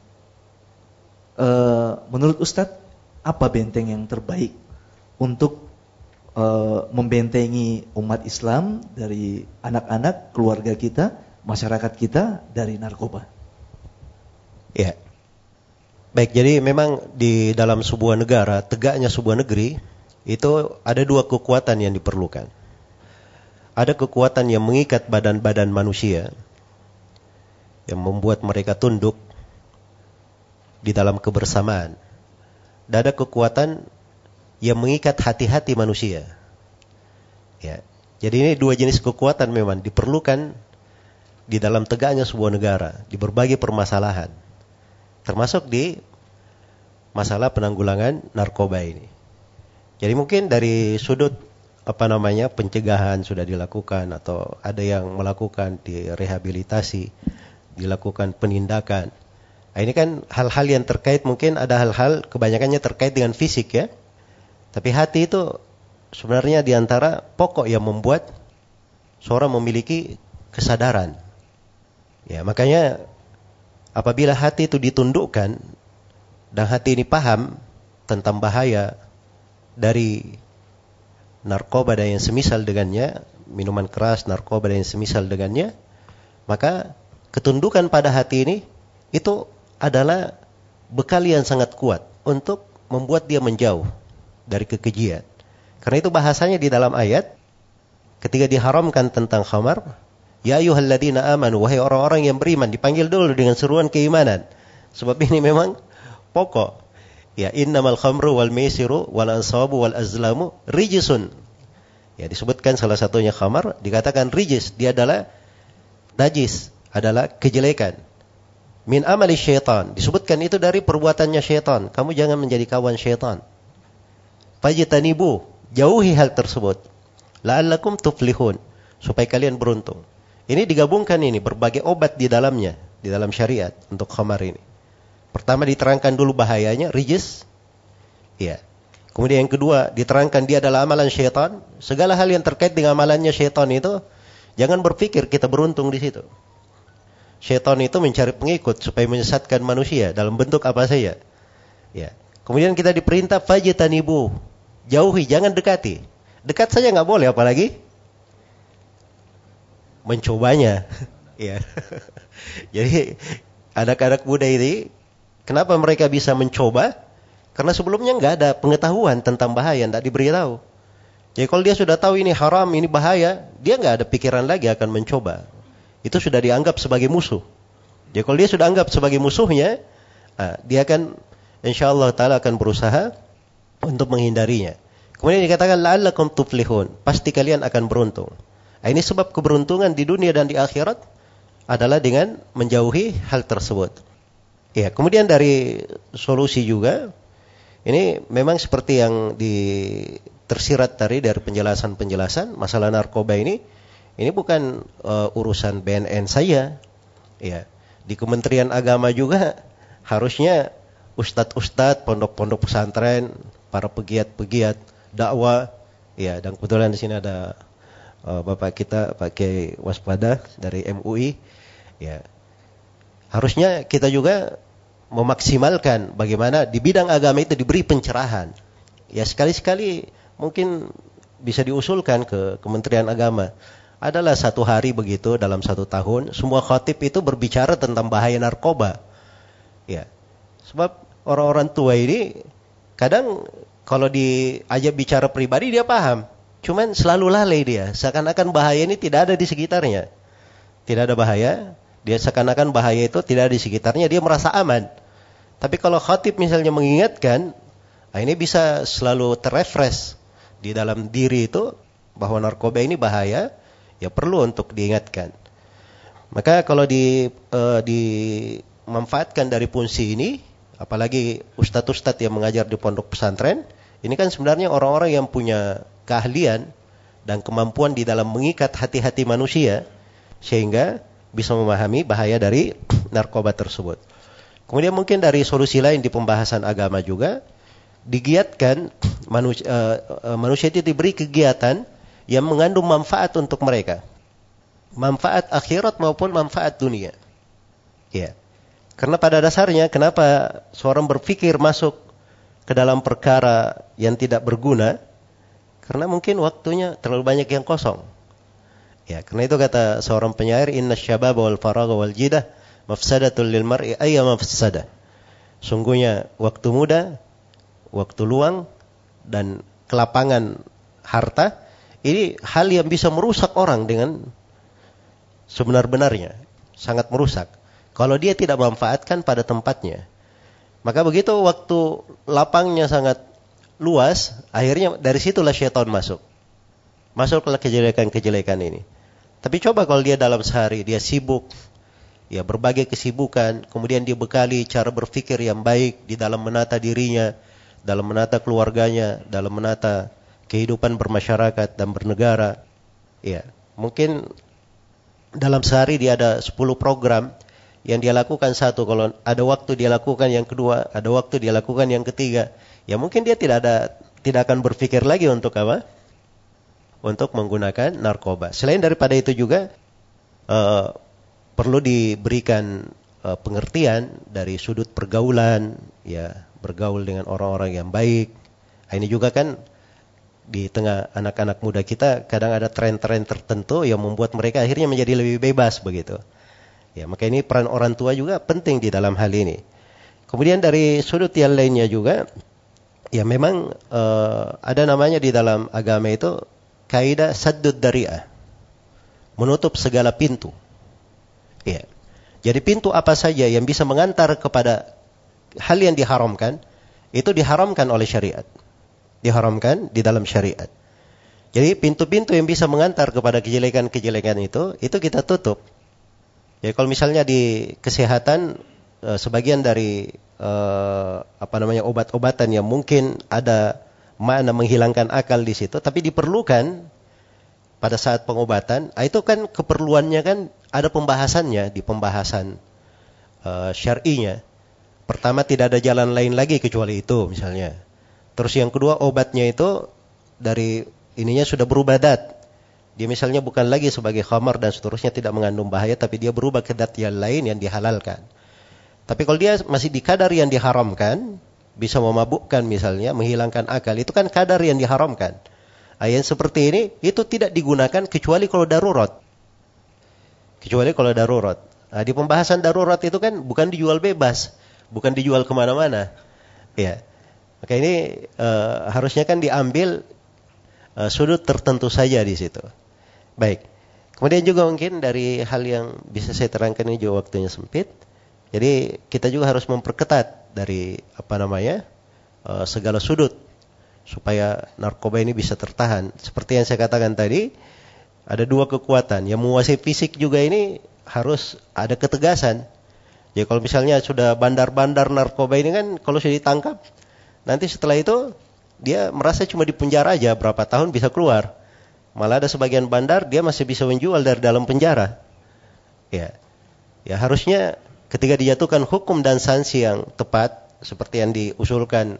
eh, menurut Ustadz, apa benteng yang terbaik untuk uh, membentengi umat Islam dari anak-anak, keluarga kita, masyarakat kita dari narkoba? Ya. Baik, jadi memang di dalam sebuah negara, tegaknya sebuah negeri, itu ada dua kekuatan yang diperlukan. Ada kekuatan yang mengikat badan-badan manusia, yang membuat mereka tunduk di dalam kebersamaan. Dan ada kekuatan yang mengikat hati-hati manusia. Ya. Jadi ini dua jenis kekuatan memang diperlukan di dalam tegaknya sebuah negara, di berbagai permasalahan. Termasuk di masalah penanggulangan narkoba ini. Jadi mungkin dari sudut apa namanya pencegahan sudah dilakukan, atau ada yang melakukan di rehabilitasi, dilakukan penindakan. Nah, ini kan hal-hal yang terkait, mungkin ada hal-hal kebanyakannya terkait dengan fisik ya. Tapi hati itu sebenarnya diantara pokok yang membuat seorang memiliki kesadaran. Ya, makanya apabila hati itu ditundukkan dan hati ini paham tentang bahaya dari narkoba dan yang semisal dengannya, minuman keras, narkoba dan yang semisal dengannya, maka ketundukan pada hati ini itu adalah bekal yang sangat kuat untuk membuat dia menjauh dari kekejian. Karena itu bahasanya di dalam ayat ketika diharamkan tentang khamar, ya ayyuhalladzina amanu, wahai orang-orang yang beriman, dipanggil dulu dengan seruan keimanan. Sebab ini memang pokok. Ya, innamal khamru wal maisiru wal ansabu wal azlamu rijsun. Ya, disebutkan salah satunya khamar, dikatakan rijis, dia adalah najis, adalah kejelekan. Min amali syaitan, disebutkan itu dari perbuatannya syaitan. Kamu jangan menjadi kawan syaitan. Fajtanibu, jauhi hal tersebut. La'allakum tuflihun, supaya kalian beruntung. Ini digabungkan ini berbagai obat di dalamnya, di dalam syariat untuk khamar ini. Pertama diterangkan dulu bahayanya, rijis. Ya. Kemudian yang kedua diterangkan dia adalah amalan syaitan. Segala hal yang terkait dengan amalannya syaitan itu, jangan berpikir kita beruntung di situ. Syaitan itu mencari pengikut supaya menyesatkan manusia dalam bentuk apa saja. Ya. Kemudian kita diperintah fajtanibu, jauhi, jangan dekati. Dekat saja nggak boleh, apalagi mencobanya. Ya. Jadi anak-anak muda ini, kenapa mereka bisa mencoba? Karena sebelumnya nggak ada pengetahuan tentang bahaya, nggak diberitahu. Jadi kalau dia sudah tahu ini haram, ini bahaya, dia nggak ada pikiran lagi akan mencoba. Itu sudah dianggap sebagai musuh. Jadi kalau dia sudah anggap sebagai musuhnya, nah, dia akan insyaallah ta'ala akan berusaha untuk menghindarinya. Kemudian dikatakan la'allakum tuflihun, pasti kalian akan beruntung. Nah, ini sebab keberuntungan di dunia dan di akhirat adalah dengan menjauhi hal tersebut. Ya, kemudian dari solusi juga, ini memang seperti yang di tersirat tadi dari penjelasan-penjelasan masalah narkoba ini, ini bukan uh, urusan B N N saja. Ya, di Kementerian Agama juga harusnya ustadz-ustadz, pondok-pondok pesantren, para pegiat-pegiat dakwah, ya, dan kebetulan di sini ada uh, Bapak kita Pak Kiai Waspada dari M U I, ya. Harusnya kita juga memaksimalkan bagaimana di bidang agama itu diberi pencerahan. Ya, sekali-sekali mungkin bisa diusulkan ke Kementerian Agama. Adalah satu hari begitu dalam satu tahun, semua khatib itu berbicara tentang bahaya narkoba. Ya. Sebab orang-orang tua ini kadang kalau diajak bicara pribadi dia paham, cuman selalu lalai dia, seakan-akan bahaya ini tidak ada di sekitarnya. Tidak ada bahaya, dia seakan-akan bahaya itu tidak ada di sekitarnya, dia merasa aman. Tapi kalau khatib misalnya mengingatkan, nah ini bisa selalu terrefresh di dalam diri itu bahwa narkoba ini bahaya, ya perlu untuk diingatkan. Maka kalau di, uh, dimanfaatkan dari fungsi ini, apalagi ustadz-ustadz yang mengajar di pondok pesantren, ini kan sebenarnya orang-orang yang punya keahlian dan kemampuan di dalam mengikat hati-hati manusia, sehingga bisa memahami bahaya dari narkoba tersebut. Kemudian mungkin dari solusi lain di pembahasan agama juga, digiatkan manusia, uh, manusia itu diberi kegiatan yang mengandung manfaat untuk mereka. Manfaat akhirat maupun manfaat dunia. Ya. Karena pada dasarnya kenapa seorang berpikir masuk ke dalam perkara yang tidak berguna? Karena mungkin waktunya terlalu banyak yang kosong. Ya, karena itu kata seorang penyair, inna syababa wal faragha wal jidah mafsadatul lil mar'i ayya mafsadah. Sungguhnya waktu muda, waktu luang dan kelapangan harta ini hal yang bisa merusak orang dengan sebenar-benarnya, sangat merusak. Kalau dia tidak memanfaatkan pada tempatnya. Maka begitu waktu lapangnya sangat luas, akhirnya dari situlah syaitan masuk. Masuklah kejelekan-kejelekan ini. Tapi coba kalau dia dalam sehari, dia sibuk, ya berbagai kesibukan, kemudian dia bekali cara berpikir yang baik di dalam menata dirinya, dalam menata keluarganya, dalam menata kehidupan bermasyarakat dan bernegara. Ya, mungkin dalam sehari dia ada sepuluh program yang dia lakukan satu, kalau ada waktu dia lakukan yang kedua, ada waktu dia lakukan yang ketiga. Ya mungkin dia tidak ada tidak akan berpikir lagi untuk apa? Untuk menggunakan narkoba. Selain daripada itu juga uh, perlu diberikan uh, pengertian dari sudut pergaulan, ya bergaul dengan orang-orang yang baik. Ini juga kan di tengah anak-anak muda kita kadang ada tren-tren tertentu yang membuat mereka akhirnya menjadi lebih bebas begitu. Ya, maka ini peran orang tua juga penting di dalam hal ini. Kemudian dari sudut yang lainnya juga, ya memang uh, ada namanya di dalam agama itu kaidah saddud dari'ah, menutup segala pintu. Ya. Jadi pintu apa saja yang bisa mengantar kepada hal yang diharamkan, itu diharamkan oleh syariat. Diharamkan di dalam syariat. Jadi pintu-pintu yang bisa mengantar kepada kejelekan-kejelekan itu, itu kita tutup. Jadi kalau misalnya di kesehatan, sebagian dari uh, apa namanya obat-obatan yang mungkin ada makna menghilangkan akal di situ, tapi diperlukan pada saat pengobatan, itu kan keperluannya kan ada pembahasannya di pembahasan uh, syar'inya. Pertama, tidak ada jalan lain lagi kecuali itu misalnya. Terus yang kedua, obatnya itu dari ininya sudah berubah dat. Dia misalnya bukan lagi sebagai khamar dan seterusnya, tidak mengandung bahaya, tapi dia berubah ke dat yang lain yang dihalalkan. Tapi kalau dia masih di kadar yang diharamkan, bisa memabukkan misalnya, menghilangkan akal, itu kan kadar yang diharamkan. Ayat seperti ini, itu tidak digunakan kecuali kalau darurat. Kecuali kalau darurat. Nah, di pembahasan darurat itu kan bukan dijual bebas, bukan dijual kemana-mana. Ya. Maka ini uh, harusnya kan diambil uh, sudut tertentu saja di situ. Baik. Kemudian juga mungkin dari hal yang bisa saya terangkan ini juga waktunya sempit. Jadi kita juga harus memperketat dari apa namanya uh, segala sudut supaya narkoba ini bisa tertahan. Seperti yang saya katakan tadi, ada dua kekuatan. Yang menguasai fisik juga ini harus ada ketegasan. Jadi kalau misalnya sudah bandar-bandar narkoba ini kan kalau sudah ditangkap, nanti setelah itu dia merasa cuma di penjara aja berapa tahun bisa keluar. Malah ada sebagian bandar dia masih bisa menjual dari dalam penjara. Ya, ya harusnya ketika dijatuhkan hukum dan sanksi yang tepat seperti yang diusulkan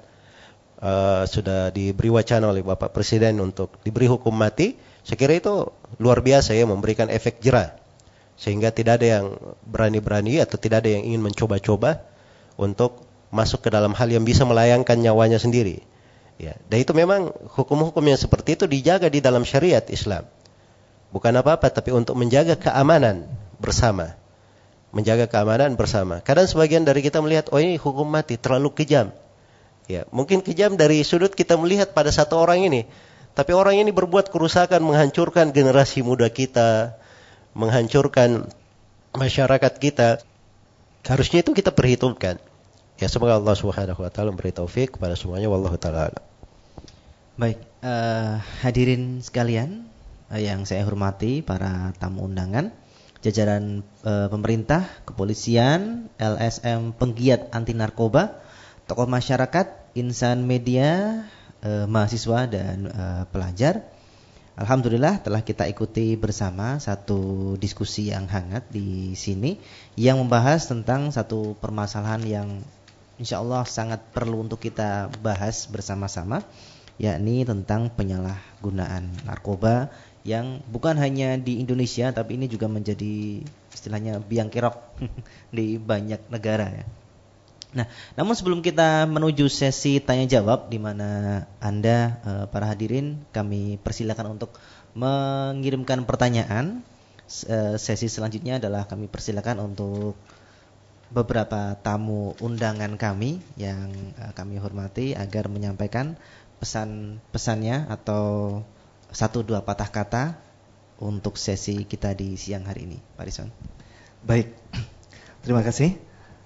uh, sudah diberi wacana oleh Bapak Presiden untuk diberi hukum mati, saya kira itu luar biasa ya, memberikan efek jera sehingga tidak ada yang berani-berani atau tidak ada yang ingin mencoba-coba untuk masuk ke dalam hal yang bisa melayangkan nyawanya sendiri. Ya, dan itu memang hukum-hukum yang seperti itu dijaga di dalam syariat Islam. Bukan apa-apa, tapi untuk menjaga keamanan bersama. menjaga keamanan bersama. Kadang sebagian dari kita melihat, oh ini hukum mati, terlalu kejam. Ya, mungkin kejam dari sudut kita melihat pada satu orang ini. Tapi orang ini berbuat kerusakan, menghancurkan generasi muda kita, menghancurkan masyarakat kita. Harusnya itu kita perhitungkan. Ya, semoga Allah Subhanahu wa taala memberi taufik kepada semuanya. Wallahu taala a'lam. Baik, uh, hadirin sekalian uh, yang saya hormati, para tamu undangan, jajaran uh, pemerintah, kepolisian, L S M penggiat anti narkoba, tokoh masyarakat, insan media, uh, mahasiswa dan uh, pelajar. Alhamdulillah telah kita ikuti bersama satu diskusi yang hangat di sini yang membahas tentang satu permasalahan yang insya Allah sangat perlu untuk kita bahas bersama-sama, yakni tentang penyalahgunaan narkoba yang bukan hanya di Indonesia tapi ini juga menjadi istilahnya biang kerok di banyak negara ya. Nah, namun sebelum kita menuju sesi tanya jawab di mana Anda eh, para hadirin kami persilakan untuk mengirimkan pertanyaan. Eh, sesi selanjutnya adalah kami persilakan untuk beberapa tamu undangan kami yang eh, kami hormati agar menyampaikan pesan-pesannya atau satu dua patah kata untuk sesi kita di siang hari ini. Pak Rizwan. Baik, terima kasih.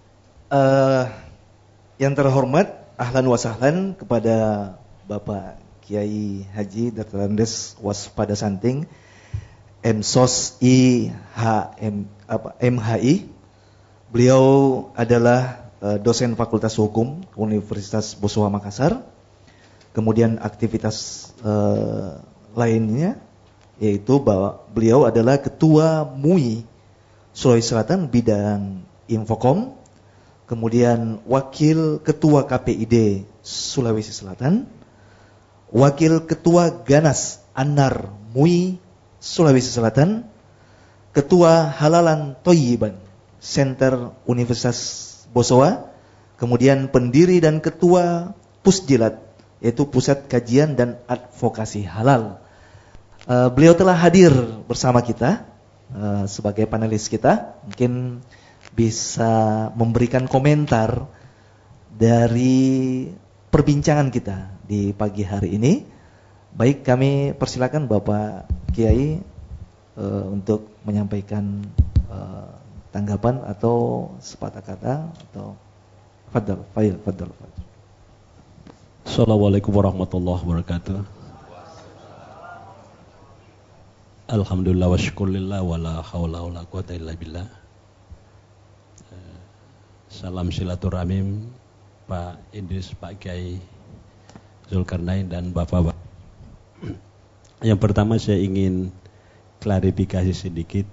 Uh, yang terhormat, ahlan wa sahlan kepada Bapak Kiai Haji Doktor Andes Waspada Santing, M Sos I H M apa M H I. Beliau adalah uh, dosen Fakultas Hukum Universitas Boswa Makassar. Kemudian aktivitas uh, lainnya yaitu bahwa beliau adalah Ketua M U I Sulawesi Selatan bidang Infokom. Kemudian Wakil Ketua K P I D Sulawesi Selatan, Wakil Ketua Ganas Anar M U I Sulawesi Selatan, Ketua Halalan Toyiban Center Universitas Bosowa, kemudian pendiri dan Ketua Pusjilat, yaitu Pusat Kajian dan Advokasi Halal. Uh, beliau telah hadir bersama kita uh, sebagai panelis kita. Mungkin bisa memberikan komentar dari perbincangan kita di pagi hari ini. Baik, kami persilakan Bapak Kiai uh, untuk menyampaikan uh, tanggapan atau sepatah kata atau fadhal, fadhal, fadhal. Assalamualaikum warahmatullahi wabarakatuh. Alhamdulillah wa syukurillah wa la hawla wa la quwata illa billah. Salam silaturahim Pak Idris, Pak Kiai Zulkarnain dan Bapak-bapak. Yang pertama saya ingin klarifikasi sedikit.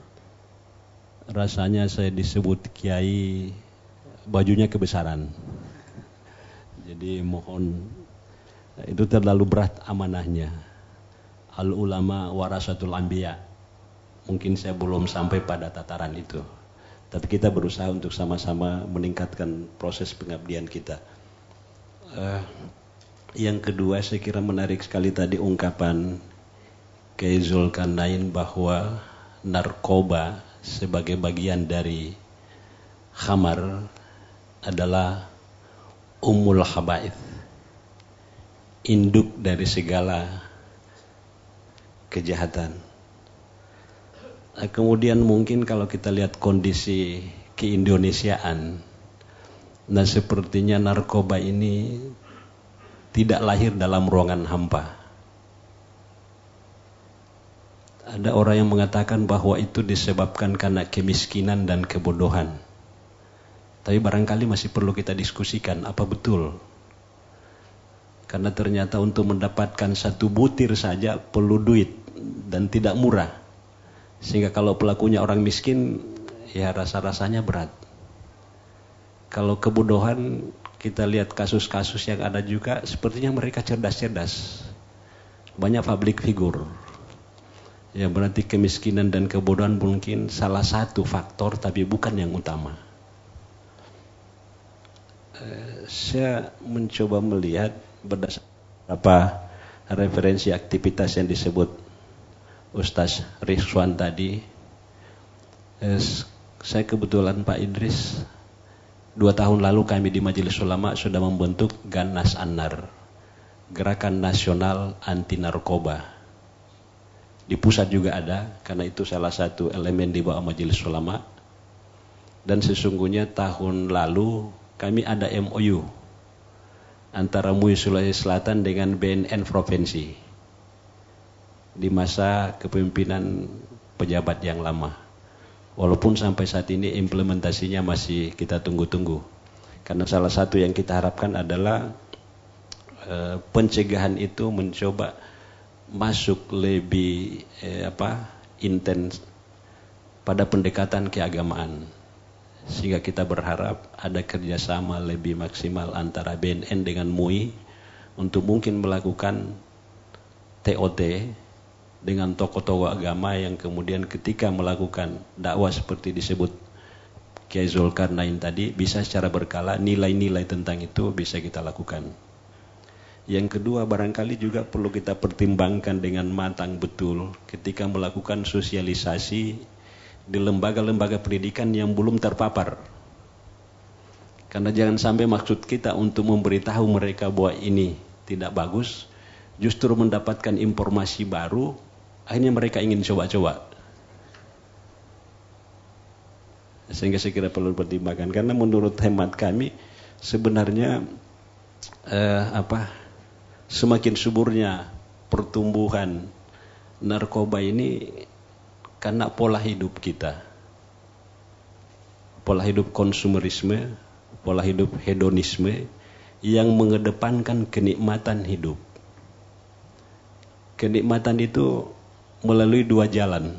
Rasanya saya disebut Kiai bajunya kebesaran. Jadi mohon, itu terlalu berat amanahnya. Al ulama warasatul anbiya. Mungkin saya belum sampai pada tataran itu. Tapi kita berusaha untuk sama-sama meningkatkan proses pengabdian kita. Uh, yang kedua, saya kira menarik sekali tadi ungkapan Kiai Zulkarnain bahwa narkoba sebagai bagian dari khamar adalah ummul khaba'ith, induk dari segala kejahatan. Kemudian mungkin kalau kita lihat kondisi keindonesiaan, nah sepertinya narkoba ini tidak lahir dalam ruangan hampa. Ada orang yang mengatakan bahwa itu disebabkan karena kemiskinan dan kebodohan. Tapi barangkali masih perlu kita diskusikan apa betul. Karena ternyata untuk mendapatkan satu butir saja perlu duit dan tidak murah. Sehingga kalau pelakunya orang miskin, ya rasa-rasanya berat. Kalau kebodohan, kita lihat kasus-kasus yang ada juga, sepertinya mereka cerdas-cerdas. Banyak public figure. Ya berarti kemiskinan dan kebodohan mungkin salah satu faktor, tapi bukan yang utama. Eh, saya mencoba melihat berdasarkan apa referensi aktivitas yang disebut Ustaz Rizwan tadi, eh, saya kebetulan Pak Idris, dua tahun lalu kami di Majelis Ulama sudah membentuk Ganas An-Nar, Gerakan Nasional Anti Narkoba. Di pusat juga ada, karena itu salah satu elemen di bawah Majelis Ulama. Dan sesungguhnya tahun lalu kami ada M O U antara M U I Sulawesi Selatan dengan B N N Provinsi di masa kepemimpinan pejabat yang lama. Walaupun sampai saat ini implementasinya masih kita tunggu-tunggu. Karena salah satu yang kita harapkan adalah e, pencegahan itu mencoba masuk lebih e, apa intens pada pendekatan keagamaan. Sehingga kita berharap ada kerjasama lebih maksimal antara B N N dengan M U I untuk mungkin melakukan T O T dengan tokoh-tokoh agama yang kemudian ketika melakukan dakwah seperti disebut Kiai Zulkarnain tadi, bisa secara berkala nilai-nilai tentang itu bisa kita lakukan. Yang kedua, barangkali juga perlu kita pertimbangkan dengan matang betul ketika melakukan sosialisasi di lembaga-lembaga pendidikan yang belum terpapar. Karena jangan sampai maksud kita untuk memberitahu mereka bahwa ini tidak bagus, justru mendapatkan informasi baru, akhirnya mereka ingin coba-coba. Sehingga saya kira perlu dipertimbangkan. Karena menurut hemat kami sebenarnya eh, apa semakin suburnya pertumbuhan narkoba ini karena pola hidup kita, pola hidup konsumerisme, pola hidup hedonisme yang mengedepankan kenikmatan hidup. Kenikmatan itu melalui dua jalan.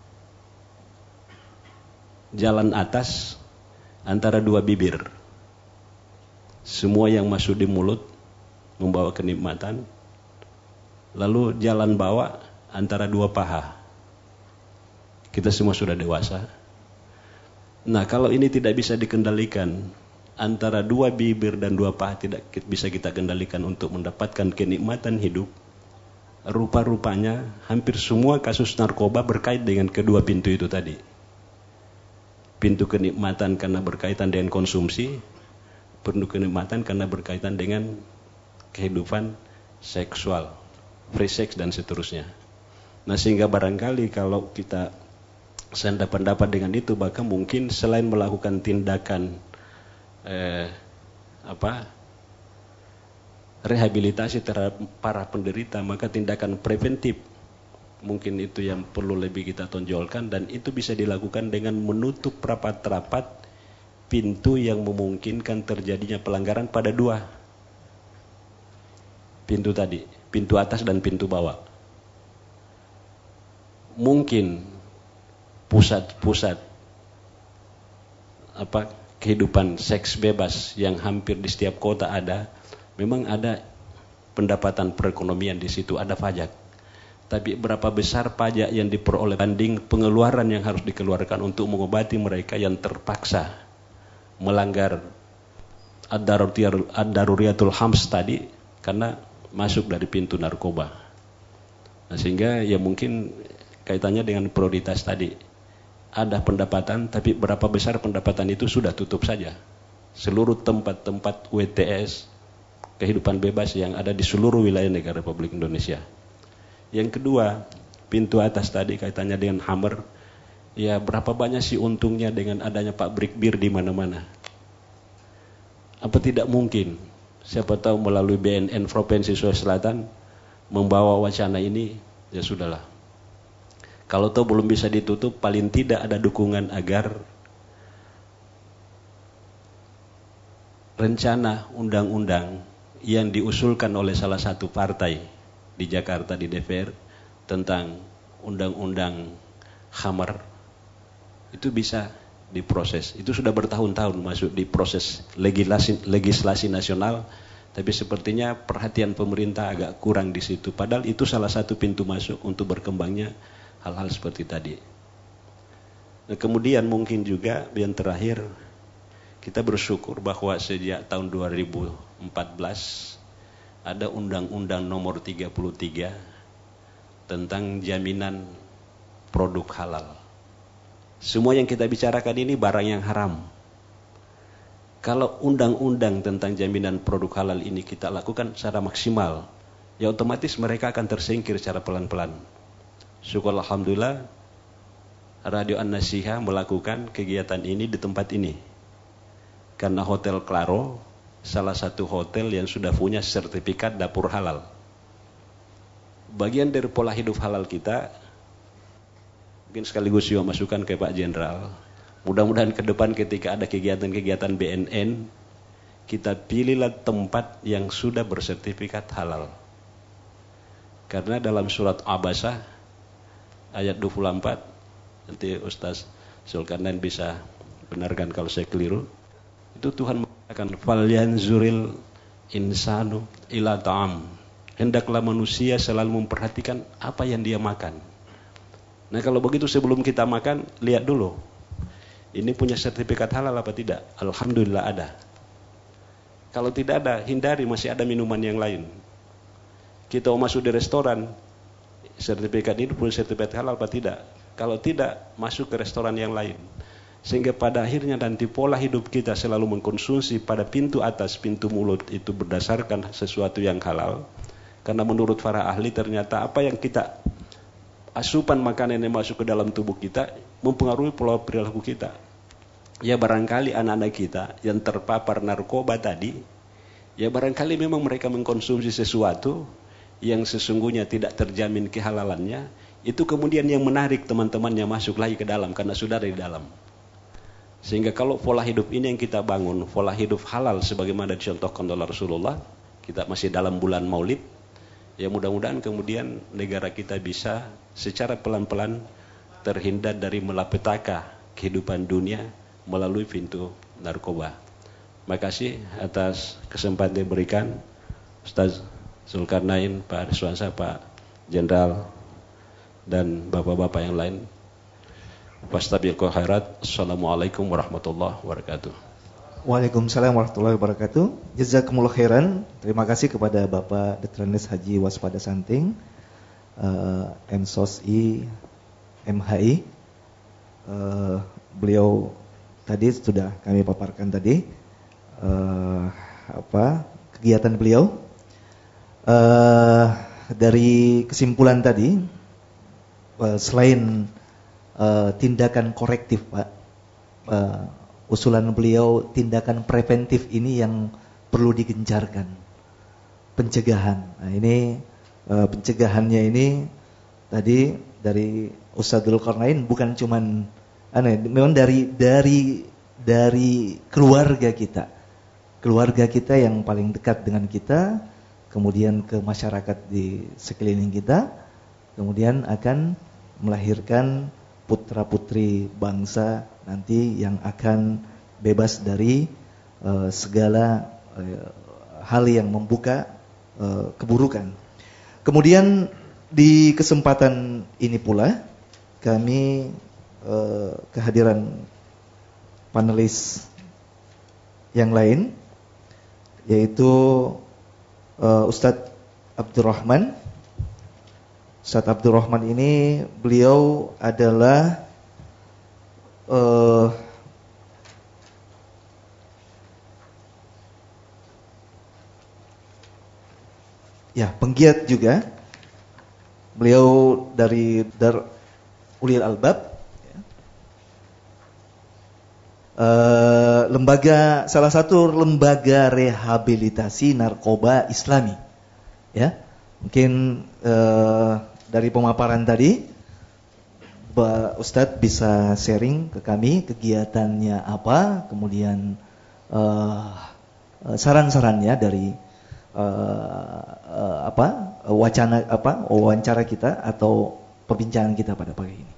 Jalan atas antara dua bibir. Semua yang masuk di mulut membawa kenikmatan. Lalu jalan bawah antara dua paha. Kita semua sudah dewasa. Nah, kalau ini tidak bisa dikendalikan, antara dua bibir dan dua paha tidak bisa kita kendalikan untuk mendapatkan kenikmatan hidup, rupa-rupanya hampir semua kasus narkoba berkait dengan kedua pintu itu tadi. Pintu kenikmatan karena berkaitan dengan konsumsi, pintu kenikmatan karena berkaitan dengan kehidupan seksual, free sex dan seterusnya. Nah, sehingga barangkali kalau kita sependapat dengan itu, bahkan mungkin selain melakukan tindakan eh, apa rehabilitasi terhadap para penderita, maka tindakan preventif mungkin itu yang perlu lebih kita tonjolkan, dan itu bisa dilakukan dengan menutup rapat-rapat pintu yang memungkinkan terjadinya pelanggaran pada dua pintu tadi, pintu atas dan pintu bawah. Mungkin pusat-pusat apa kehidupan seks bebas yang hampir di setiap kota ada, memang ada pendapatan perekonomian di situ, ada pajak. Tapi berapa besar pajak yang diperoleh banding pengeluaran yang harus dikeluarkan untuk mengobati mereka yang terpaksa melanggar ad-daruriyatul hams tadi karena masuk dari pintu narkoba. Nah, sehingga ya mungkin kaitannya dengan prioritas tadi. Ada pendapatan, tapi berapa besar pendapatan itu sudah tutup saja. Seluruh tempat-tempat W T S, kehidupan bebas yang ada di seluruh wilayah negara Republik Indonesia. Yang kedua, pintu atas tadi kaitannya dengan Hammer. Ya, berapa banyak sih untungnya dengan adanya pabrik bir di mana-mana? Apa tidak mungkin, siapa tahu melalui B N N Provinsi Sulawesi Selatan membawa wacana ini, ya sudahlah. Kalau toh belum bisa ditutup, paling tidak ada dukungan agar rencana undang-undang yang diusulkan oleh salah satu partai di Jakarta di D P R tentang undang-undang Hammer itu bisa diproses. Itu sudah bertahun-tahun masuk di proses legislasi, legislasi nasional, tapi sepertinya perhatian pemerintah agak kurang di situ. Padahal itu salah satu pintu masuk untuk berkembangnya hal-hal seperti tadi. Nah, kemudian mungkin juga yang terakhir, kita bersyukur bahwa sejak tahun dua ribu empat belas ada Undang-Undang Nomor tiga puluh tiga tentang jaminan produk halal. Semua yang kita bicarakan ini barang yang haram. Kalau undang-undang tentang jaminan produk halal ini kita lakukan secara maksimal, ya otomatis mereka akan tersingkir secara pelan-pelan. Syukur alhamdulillah Radio An-Nasiha melakukan kegiatan ini di tempat ini. Karena Hotel Claro salah satu hotel yang sudah punya sertifikat dapur halal. Bagian dari pola hidup halal kita, mungkin sekaligus juga masukan ke Pak Jenderal. Mudah-mudahan ke depan ketika ada kegiatan-kegiatan B N N, kita pilihlah tempat yang sudah bersertifikat halal. Karena dalam surat Abasa ayat dua puluh empat, nanti Ustaz Zulkarnain bisa benarkan kalau saya keliru, itu Tuhan mengatakan falyanzuril insanu ila ta'am. Hendaklah manusia selalu memperhatikan apa yang dia makan. Nah kalau begitu sebelum kita makan, lihat dulu ini punya sertifikat halal apa tidak. Alhamdulillah ada. Kalau tidak ada, hindari, masih ada minuman yang lain. Kita mau masuk di restoran, sertifikat ini punya sertifikat halal apa tidak. Kalau tidak, masuk ke restoran yang lain. Sehingga pada akhirnya nanti pola hidup kita selalu mengkonsumsi pada pintu atas, pintu mulut itu berdasarkan sesuatu yang halal. Karena menurut para ahli ternyata apa yang kita, asupan makanan yang masuk ke dalam tubuh kita mempengaruhi pola perilaku kita. Ya barangkali anak-anak kita yang terpapar narkoba tadi, ya barangkali memang mereka mengkonsumsi sesuatu yang sesungguhnya tidak terjamin kehalalannya, itu kemudian yang menarik teman-temannya masuk lagi ke dalam karena sudah ada di dalam. Sehingga kalau pola hidup ini yang kita bangun, pola hidup halal sebagaimana dicontohkan oleh Rasulullah, kita masih dalam bulan Maulid, ya mudah-mudahan kemudian negara kita bisa secara pelan-pelan terhindar dari malapetaka kehidupan dunia melalui pintu narkoba. Makasih atas kesempatan yang diberikan Ustaz Zulkarnain, Pak Rizwansyah, Pak Jenderal, dan bapak-bapak yang lain. Fastabiqul khairat. Assalamualaikum warahmatullahi wabarakatuh. Waalaikumsalam warahmatullahi wabarakatuh. Jazakumullah khairan. Terima kasih kepada Bapak Detrandes Haji Waspada Santing, uh, M S O S I M H I. Uh, beliau tadi sudah kami paparkan tadi uh, apa kegiatan beliau. Uh, dari kesimpulan tadi, uh, selain uh, tindakan korektif, Pak, uh, usulan beliau tindakan preventif ini yang perlu digencarkan, pencegahan. Nah ini uh, pencegahannya ini tadi dari Ustaz Zulkarnain bukan cuman aneh, memang dari dari dari keluarga kita, keluarga kita yang paling dekat dengan kita, kemudian ke masyarakat di sekeliling kita, kemudian akan melahirkan putra-putri bangsa nanti yang akan bebas dari uh, segala uh, hal yang membuka uh, keburukan. Kemudian di kesempatan ini pula kami uh, kehadiran panelis yang lain, yaitu uh, Ustadz Abdurrahman. Ustadz Abdurrahman ini beliau adalah uh, ya penggiat juga. Beliau dari Dar Ulil Albab, ya. uh, lembaga salah satu lembaga rehabilitasi narkoba Islami, ya. Mungkin uh, dari pemaparan tadi, Pak Ustadz bisa sharing ke kami kegiatannya apa, kemudian uh, saran-sarannya dari uh, uh, apa wacana apa wawancara kita atau perbincangan kita pada pagi ini.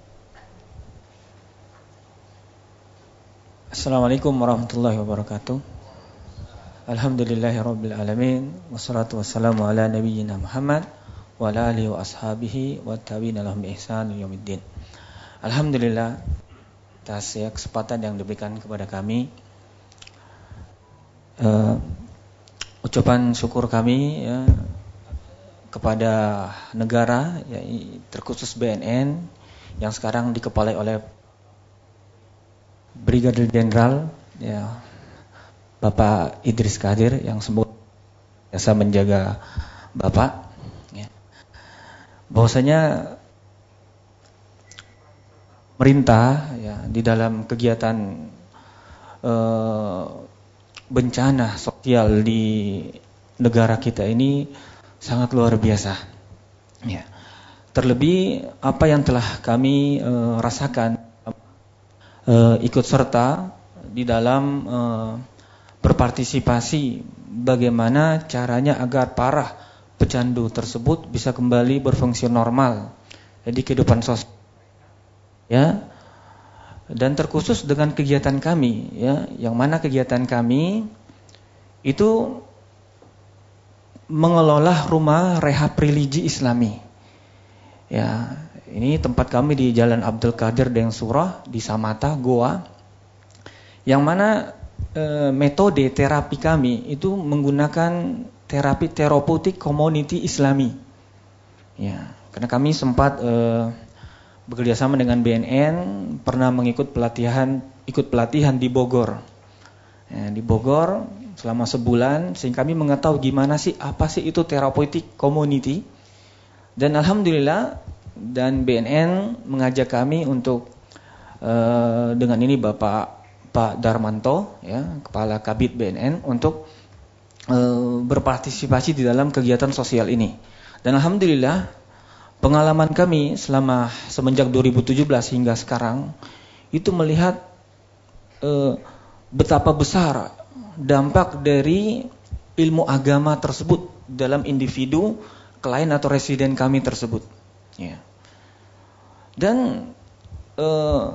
Assalamualaikum warahmatullahi wabarakatuh. Alhamdulillahirabbil alamin, wassalatu wassalamu ala nabiyyina Muhammad wa ala alihi wa ashabihi wa tabi'ina lahum bi ihsan ila yaumiddin. Alhamdulillah atas ya, kesempatan yang diberikan kepada kami. Uh, ucapan syukur kami ya, kepada negara, ya, terkhusus B N N yang sekarang dikepalai oleh Brigadir Jenderal ya Bapak Idris Kadir yang semua biasa menjaga Bapak, ya. Bahwasanya pemerintah ya di dalam kegiatan eh, bencana sosial di negara kita ini sangat luar biasa. Ya. Terlebih apa yang telah kami eh, rasakan eh, ikut serta di dalam eh, berpartisipasi bagaimana caranya agar para pecandu tersebut bisa kembali berfungsi normal di kehidupan sosial. Ya, dan terkhusus dengan kegiatan kami, ya, yang mana kegiatan kami itu mengelola rumah rehab religi Islami. Ya, ini tempat kami di Jalan Abdul Qadir Deng Surah di Samata, Goa, yang mana e, metode terapi kami itu menggunakan terapi terapeutik community Islami. Ya, karena kami sempat e, bekerja sama dengan B N N, pernah mengikut pelatihan, ikut pelatihan di Bogor. Ya, di Bogor selama sebulan, sehingga kami mengetahui gimana sih, apa sih itu therapeutic community. Dan alhamdulillah, dan B N N mengajak kami untuk uh, dengan ini Bapak Pak Darmanto, ya, Kepala Kabid B N N, untuk uh, berpartisipasi di dalam kegiatan sosial ini. Dan alhamdulillah, pengalaman kami selama semenjak dua ribu tujuh belas hingga sekarang itu melihat e, betapa besar dampak dari ilmu agama tersebut dalam individu, klien atau residen kami tersebut. Ya. Dan e,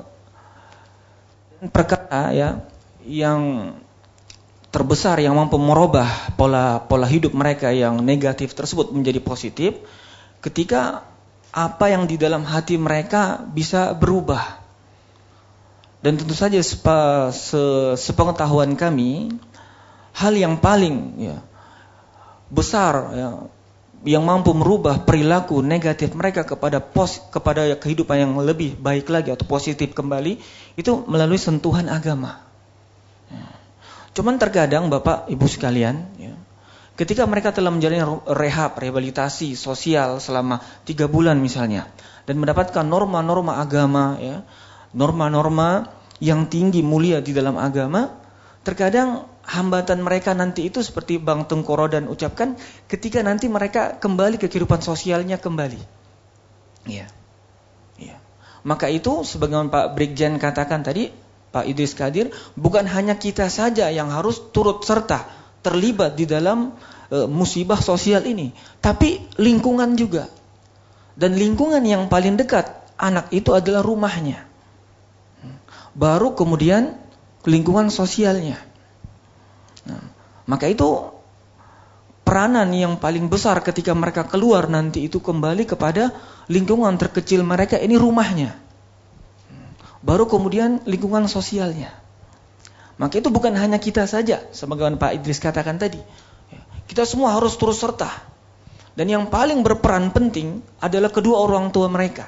perkara ya yang terbesar yang mampu merubah pola pola hidup mereka yang negatif tersebut menjadi positif ketika apa yang di dalam hati mereka bisa berubah. Dan tentu saja sepa, se, sepengetahuan kami, hal yang paling ya, besar ya, yang mampu merubah perilaku negatif mereka kepada pos, kepada kehidupan yang lebih baik lagi atau positif kembali, itu melalui sentuhan agama. Ya. Cuman terkadang Bapak Ibu sekalian, ya, ketika mereka telah menjalani rehab, rehabilitasi sosial selama tiga bulan misalnya, dan mendapatkan norma-norma agama, ya, norma-norma yang tinggi mulia di dalam agama, terkadang hambatan mereka nanti itu seperti Bang Tengku Rodan ucapkan, ketika nanti mereka kembali ke kehidupan sosialnya kembali. Ya. Ya. Maka itu, sebagaimana Pak Brigjen katakan tadi, Pak Idris Kadir, bukan hanya kita saja yang harus turut serta terlibat di dalam e, musibah sosial ini, tapi lingkungan juga. Dan lingkungan yang paling dekat anak itu adalah rumahnya. Baru kemudian lingkungan sosialnya. Nah, maka itu peranan yang paling besar ketika mereka keluar nanti itu kembali kepada lingkungan terkecil mereka, ini rumahnya. Baru kemudian lingkungan sosialnya. Maka itu bukan hanya kita saja, sebagaimana Pak Idris katakan tadi. Kita semua harus turut serta. Dan yang paling berperan penting adalah kedua orang tua mereka.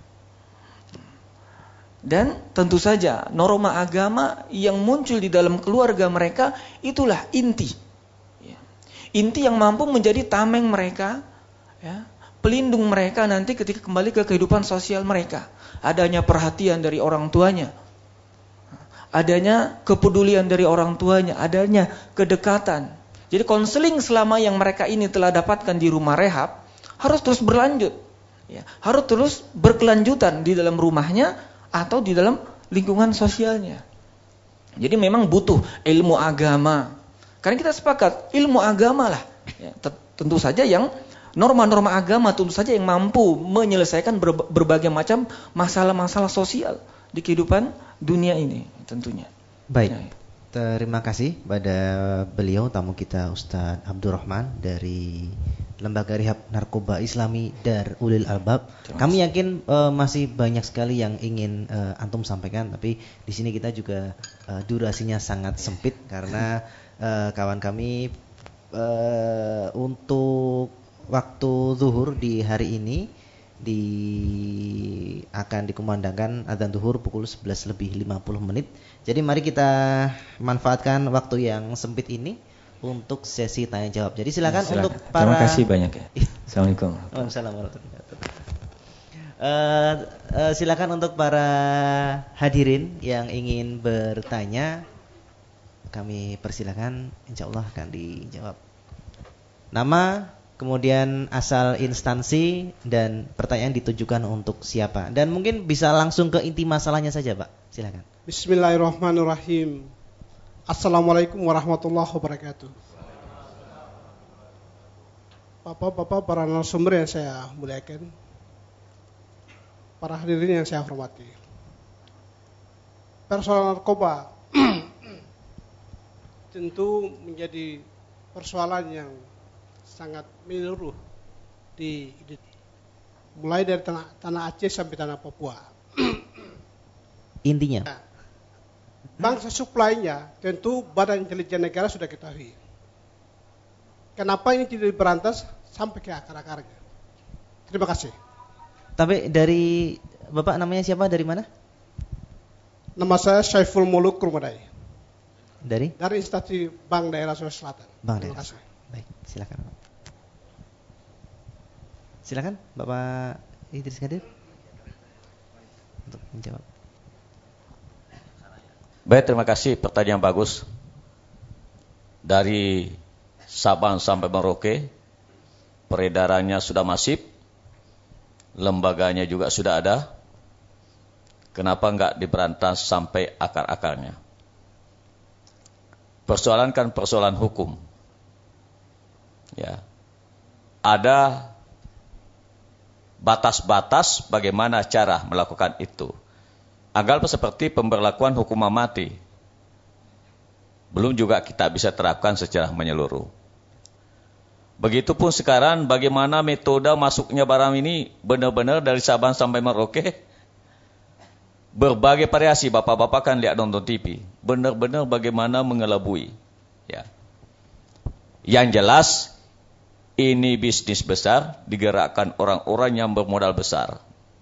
Dan tentu saja norma agama yang muncul di dalam keluarga mereka, itulah inti. Inti yang mampu menjadi tameng mereka, ya, pelindung mereka nanti ketika kembali ke kehidupan sosial mereka. Adanya perhatian dari orang tuanya, adanya kepedulian dari orang tuanya, adanya kedekatan. Jadi konseling selama yang mereka ini telah dapatkan di rumah rehab harus terus berlanjut, ya, harus terus berkelanjutan di dalam rumahnya atau di dalam lingkungan sosialnya. Jadi memang butuh ilmu agama. Karena kita sepakat ilmu agama lah, ya, tentu saja yang norma-norma agama tentu saja yang mampu menyelesaikan berbagai macam masalah-masalah sosial di kehidupan dunia ini tentunya. Baik, ya. Terima kasih pada beliau tamu kita Ustadz Abdurrahman dari Lembaga Rehab Narkoba Islami Darul Albab. Kami yakin uh, masih banyak sekali yang ingin uh, antum sampaikan, tapi di sini kita juga uh, durasinya sangat sempit karena uh, kawan kami uh, untuk waktu zuhur di hari ini di akan dikumandangkan adzan zuhur pukul sebelas lebih lima puluh menit. Jadi mari kita manfaatkan waktu yang sempit ini untuk sesi tanya jawab. Jadi silakan, ya, silakan. Untuk para Terima kasih banyak ya. Assalamualaikum. Waalaikumsalam warahmatullahi wabarakatuh. Uh, uh, silakan untuk para hadirin yang ingin bertanya, kami persilakan, insya Allah akan dijawab. Nama, kemudian asal instansi, dan pertanyaan ditujukan untuk siapa. Dan mungkin bisa langsung ke inti masalahnya saja, Pak. Silakan. Bismillahirrahmanirrahim. Assalamualaikum warahmatullahi wabarakatuh. Bapak-bapak, para narasumber yang saya muliakan, para hadirin yang saya hormati. Persoalan narkoba tentu menjadi persoalan yang sangat menyeluruh di, di mulai dari tanah, tanah Aceh sampai tanah Papua. Intinya, nah, bangsa suplainya tentu Badan Intelijen Negara sudah ketahui. Kenapa ini tidak diberantas sampai ke akar-akarnya? Terima kasih. Tapi dari Bapak namanya siapa, dari mana? Nama saya Syaiful Muluk Rumadai. Dari? Dari instansi Bank Daerah Sulawesi Selatan. Bank Terima Daerah. kasih. Baik, silakan. Silakan Bapak Idris Kadir untuk menjawab. Baik, terima kasih, pertanyaan bagus. Dari Sabang sampai Merauke, peredarannya sudah masif, lembaganya juga sudah ada. Kenapa enggak diberantas sampai akar-akarnya? Persoalan kan persoalan hukum. Ya. Ada batas-batas bagaimana cara melakukan itu. Anggap seperti pemberlakuan hukuman mati. Belum juga kita bisa terapkan secara menyeluruh. Begitupun sekarang bagaimana metode masuknya barang ini benar-benar dari Sabang sampai Merauke. Berbagai variasi, bapak-bapak kan lihat nonton T V. Benar-benar bagaimana mengelabui. Ya. Yang jelas, ini bisnis besar, digerakkan orang-orang yang bermodal besar.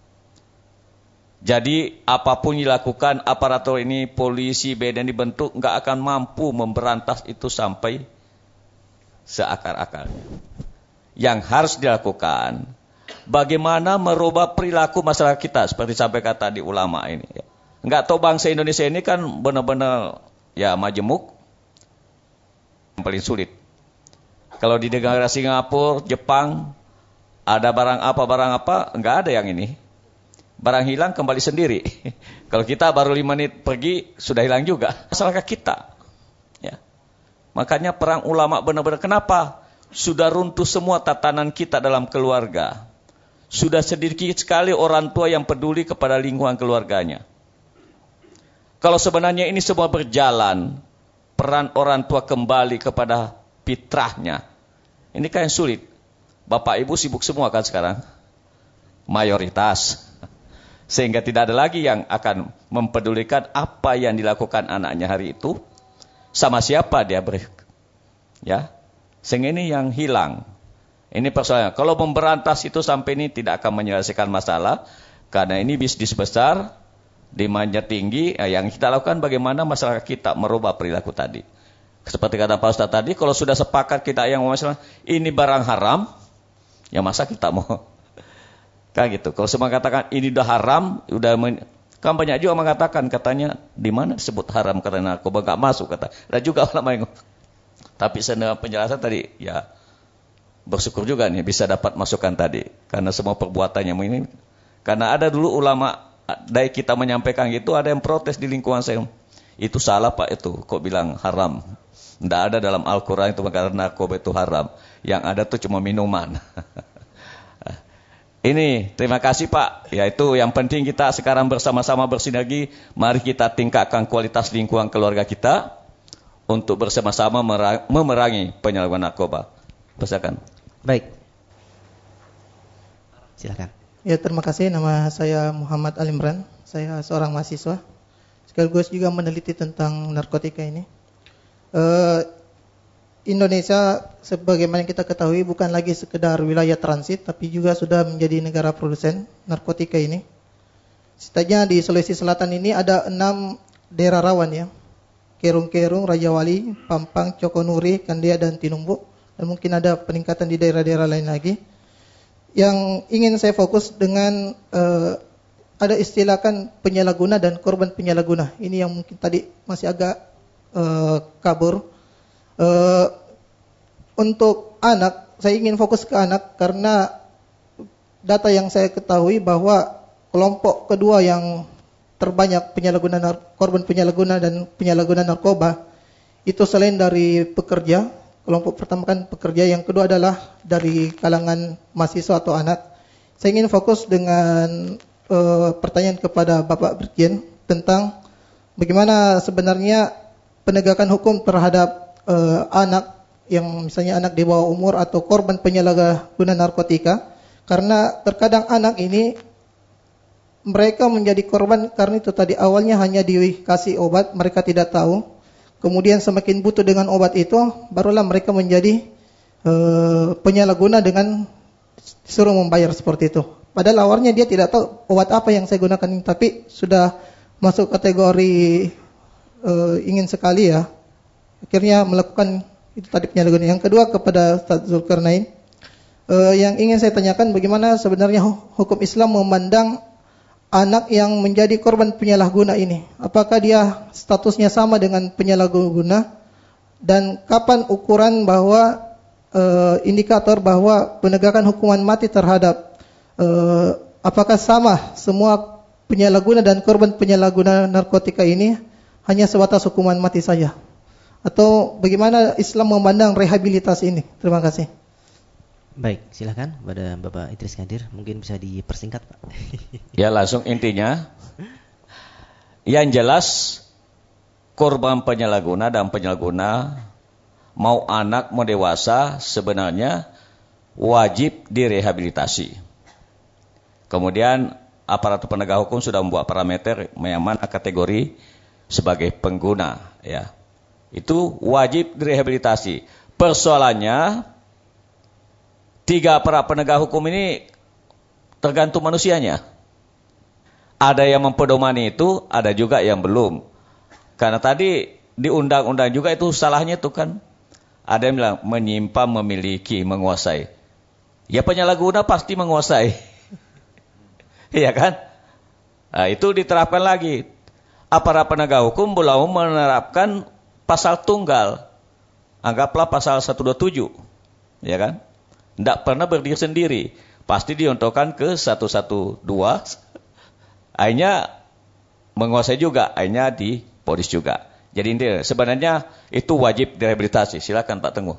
Jadi apapun dilakukan aparatur ini, polisi, B D N dibentuk, nggak akan mampu memberantas itu sampai seakar-akarnya. Yang harus dilakukan, bagaimana merubah perilaku masyarakat kita, seperti sampai kata di ulama ini. Nggak tahu bangsa Indonesia ini kan benar-benar ya majemuk, yang paling sulit. Kalau di negara Singapura, Jepang, ada barang apa, barang apa, nggak ada yang ini. Barang hilang kembali sendiri. Kalau kita baru lima menit pergi, sudah hilang juga. Masyarakat kita. Ya. Makanya perang ulama benar-benar, kenapa? Sudah runtuh semua tatanan kita dalam keluarga. Sudah sedikit sekali orang tua yang peduli kepada lingkungan keluarganya. Kalau sebenarnya ini semua berjalan, peran orang tua kembali kepada fitrahnya. Ini kan yang sulit. Bapak ibu sibuk semua kan sekarang. Mayoritas. Sehingga tidak ada lagi yang akan mempedulikan apa yang dilakukan anaknya hari itu. Sama siapa dia ber... Ya. Sehingga ini yang hilang. Ini persoalannya. Kalau memberantas itu sampai ini tidak akan menyelesaikan masalah. Karena ini bisnis besar, demandnya tinggi. Yang kita lakukan bagaimana masyarakat kita merubah perilaku tadi. Seperti kata Pak Ustaz tadi, kalau sudah sepakat kita yang masalah ini barang haram, ya masa kita mau kan gitu. Kalau semua katakan ini udah haram, udah men... kan banyak juga mengatakan katanya di mana disebut haram karena narkoba nggak masuk kata. Dan juga ulama yang tapi sebenarnya penjelasan tadi ya bersyukur juga nih bisa dapat masukan tadi karena semua perbuatannya ini karena ada dulu ulama dari kita menyampaikan gitu ada yang protes di lingkungan saya itu salah Pak itu kok bilang haram. Tidak ada dalam Al-Quran itu karena narkoba itu haram. Yang ada tuh cuma minuman. Ini terima kasih Pak. Yaitu yang penting kita sekarang bersama-sama bersinergi. Mari kita tingkatkan kualitas lingkungan keluarga kita. Untuk bersama-sama memerangi penyalahgunaan narkoba. Silakan. Baik. Silakan. Ya terima kasih. Nama saya Muhammad Alimran. Saya seorang mahasiswa. Sekaligus juga meneliti tentang narkotika ini. Uh, Indonesia sebagaimana yang kita ketahui bukan lagi sekedar wilayah transit, tapi juga sudah menjadi negara produsen narkotika ini. Setidaknya di Sulawesi Selatan ini ada enam daerah rawan ya. Kerung-Kerung, Raja Wali, Pampang, Cokonuri, Kandia, dan Tinumbuk. Dan mungkin ada peningkatan di daerah-daerah lain lagi. Yang ingin saya fokus dengan uh, ada istilah kan penyalahguna dan korban penyalahguna. Ini yang mungkin tadi masih agak uh, kabur. Uh, untuk anak, saya ingin fokus ke anak karena data yang saya ketahui bahwa kelompok kedua yang terbanyak penyalahguna korban penyalahguna dan penyalahguna narkoba itu selain dari pekerja, kelompok pertama kan pekerja, yang kedua adalah dari kalangan mahasiswa atau anak. Saya ingin fokus dengan uh, pertanyaan kepada Bapak Brigjen tentang bagaimana sebenarnya penegakan hukum terhadap Uh, anak yang misalnya anak di bawah umur atau korban penyalahguna narkotika, karena terkadang anak ini mereka menjadi korban karena itu tadi awalnya hanya dikasih obat, mereka tidak tahu, kemudian semakin butuh dengan obat itu barulah mereka menjadi uh, penyalahguna dengan suruh membayar seperti itu. Padahal awalnya dia tidak tahu obat apa yang saya gunakan ini, tapi sudah masuk kategori uh, ingin sekali ya, akhirnya melakukan itu tadi penyalahgunaan. Yang kedua kepada Ustaz Zulkarnain, uh, yang ingin saya tanyakan bagaimana sebenarnya hukum Islam memandang anak yang menjadi korban penyalahguna ini. Apakah dia statusnya sama dengan penyalahguna, dan kapan ukuran bahwa uh, indikator bahwa penegakan hukuman mati terhadap uh, apakah sama semua penyalahguna dan korban penyalahguna narkotika ini hanya sebatas hukuman mati saja? Atau bagaimana Islam memandang rehabilitasi ini? Terima kasih. Baik, silakan pada Bapak Idris Kadir, mungkin bisa dipersingkat Pak. Ya, langsung intinya, yang jelas korban penyalahguna dan penyalahguna mau anak mau dewasa sebenarnya wajib direhabilitasi. Kemudian aparatur penegak hukum sudah membuat parameter yang mana kategori sebagai pengguna, ya. Itu wajib direhabilitasi. Persoalannya, tiga para penegak hukum ini tergantung manusianya. Ada yang mempedomani itu, ada juga yang belum. Karena tadi di undang-undang juga itu salahnya itu kan. Ada yang bilang menyimpan, memiliki, menguasai. Ya penyalahguna pasti menguasai. Iya kan? Nah, itu diterapkan lagi. Aparat penegak hukum belum menerapkan pasal tunggal, anggaplah pasal seratus dua puluh tujuh, ya kan? Tidak pernah berdiri sendiri, pasti diontokan ke seratus dua belas, akhirnya menguasai juga, akhirnya diponis juga. Jadi ini sebenarnya itu wajib direhabilitasi. Silakan Pak Tengguh.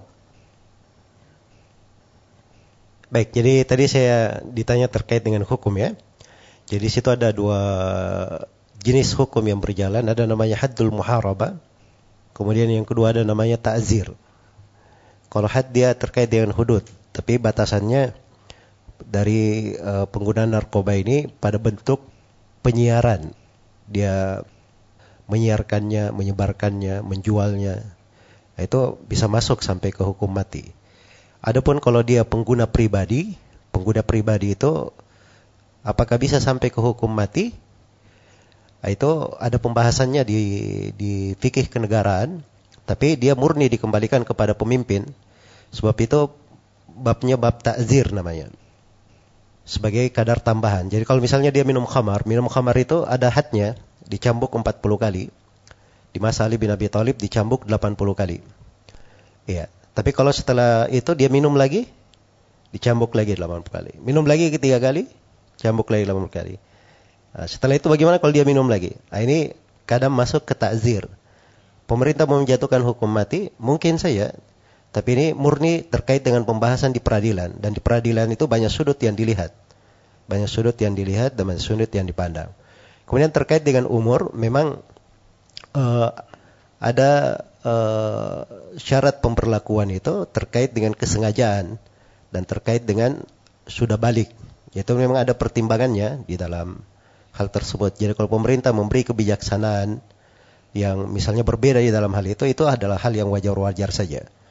Baik, jadi tadi saya ditanya terkait dengan hukum ya. Jadi situ ada dua jenis hukum yang berjalan, ada namanya haddul muharabah. Kemudian yang kedua ada namanya ta'zir. Kalau had dia terkait dengan hudud, tapi batasannya dari uh, penggunaan narkoba ini pada bentuk penyiaran. Dia menyiarkannya, menyebarkannya, menjualnya. Itu bisa masuk sampai ke hukum mati. Adapun kalau dia pengguna pribadi, pengguna pribadi itu apakah bisa sampai ke hukum mati? Itu ada pembahasannya di di fikih kenegaraan, tapi dia murni dikembalikan kepada pemimpin. Sebab itu babnya bab ta'zir namanya. Sebagai kadar tambahan. Jadi kalau misalnya dia minum khamar, minum khamar itu ada hadnya, dicambuk empat puluh kali. Di masa Ali bin Abi Thalib dicambuk delapan puluh kali. Iya, tapi kalau setelah itu dia minum lagi, dicambuk lagi delapan puluh kali. Minum lagi ketiga kali, cambuk lagi delapan puluh kali. Nah, setelah itu bagaimana kalau dia minum lagi? Nah, ini kadang masuk ke ta'zir. Pemerintah mau menjatuhkan hukum mati, mungkin saja. Tapi ini murni terkait dengan pembahasan di peradilan. Dan di peradilan itu banyak sudut yang dilihat. Banyak sudut yang dilihat dan banyak sudut yang dipandang. Kemudian terkait dengan umur, memang uh, ada uh, syarat pemberlakuan itu terkait dengan kesengajaan. Dan terkait dengan sudah balik. Yaitu memang ada pertimbangannya di dalam hal tersebut. Jadi kalau pemerintah memberi kebijaksanaan yang misalnya berbeda di dalam hal itu, itu adalah hal yang wajar-wajar saja.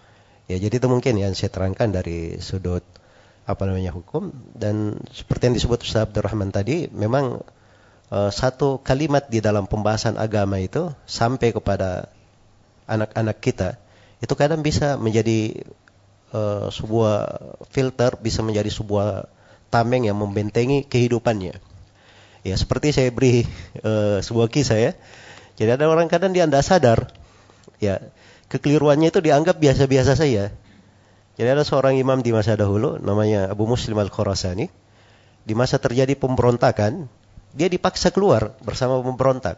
Ya, jadi itu mungkin yang saya terangkan dari sudut apa namanya hukum, dan seperti yang disebut Ustaz Abdurrahman tadi, memang uh, satu kalimat di dalam pembahasan agama itu sampai kepada anak-anak kita itu kadang bisa menjadi uh, sebuah filter, bisa menjadi sebuah tameng yang membentengi kehidupannya. Ya, seperti saya beri uh, sebuah kisah ya. Jadi ada orang kadang dia tidak sadar, ya kekeliruannya itu dianggap biasa-biasa saja. Jadi ada seorang imam di masa dahulu, namanya Abu Muslim Al-Khurasani. Di masa terjadi pemberontakan, dia dipaksa keluar bersama pemberontak.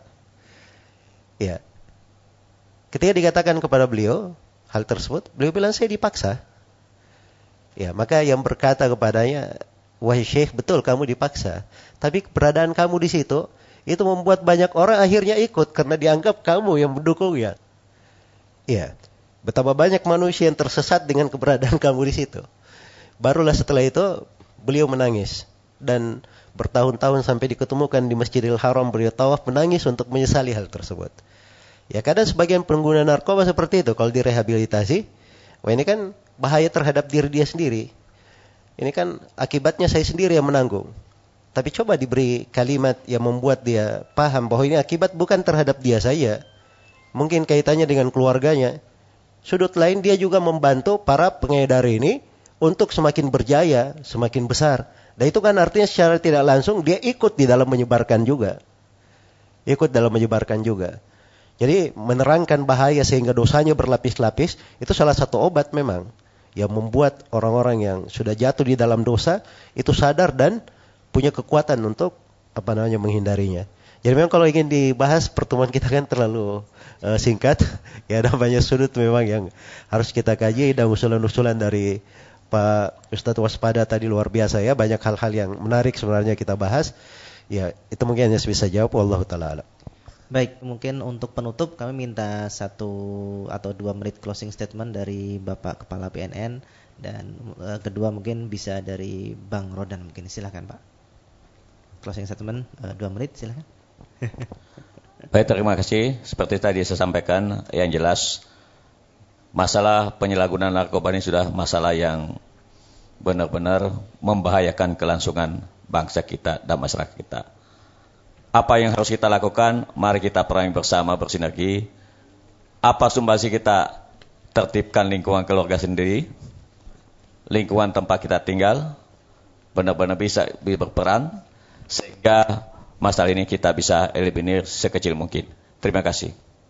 Ya, ketika dikatakan kepada beliau hal tersebut, beliau bilang saya dipaksa. Ya, maka yang berkata kepadanya, wahai Syekh, betul kamu dipaksa, tapi keberadaan kamu di situ itu membuat banyak orang akhirnya ikut karena dianggap kamu yang mendukungnya. Ya, betapa banyak manusia yang tersesat dengan keberadaan kamu di situ. Barulah setelah itu beliau menangis, dan bertahun-tahun sampai diketemukan di Masjidil Haram beliau tawaf menangis untuk menyesali hal tersebut. Ya, kadang sebagian pengguna narkoba seperti itu kalau direhabilitasi, wah ini kan bahaya terhadap diri dia sendiri. Ini kan akibatnya saya sendiri yang menanggung. Tapi coba diberi kalimat yang membuat dia paham bahwa ini akibat bukan terhadap dia saja. Mungkin kaitannya dengan keluarganya. Sudut lain dia juga membantu para pengedar ini untuk semakin berjaya, semakin besar. Dan itu kan artinya secara tidak langsung dia ikut di dalam menyebarkan juga. Ikut dalam menyebarkan juga. Jadi menerangkan bahaya sehingga dosanya berlapis-lapis, itu salah satu obat memang. Yang membuat orang-orang yang sudah jatuh di dalam dosa, itu sadar dan punya kekuatan untuk apa namanya menghindarinya. Jadi memang kalau ingin dibahas pertemuan kita kan terlalu uh, singkat. Ya, ada banyak sudut memang yang harus kita kaji, dan usulan-usulan dari Pak Ustadz Waspada tadi luar biasa ya. Banyak hal-hal yang menarik sebenarnya kita bahas. Ya, itu mungkin hanya bisa jawab. Wallahu ta'ala a'lam. Baik, mungkin untuk penutup kami minta satu atau dua menit closing statement dari Bapak Kepala B N N, dan uh, kedua mungkin bisa dari Bang Rodan mungkin. Silakan Pak. Closing statement uh, dua menit silakan. Baik, terima kasih. Seperti tadi saya sampaikan, yang jelas masalah penyalahgunaan narkoba ini sudah masalah yang benar-benar membahayakan kelangsungan bangsa kita dan masyarakat kita. Apa yang harus kita lakukan? Mari kita perangi bersama, bersinergi. Apa sumbangsi kita? Tertibkan lingkungan keluarga sendiri, lingkungan tempat kita tinggal, benar-benar bisa berperan, sehingga masalah ini kita bisa eliminir sekecil mungkin. Terima kasih.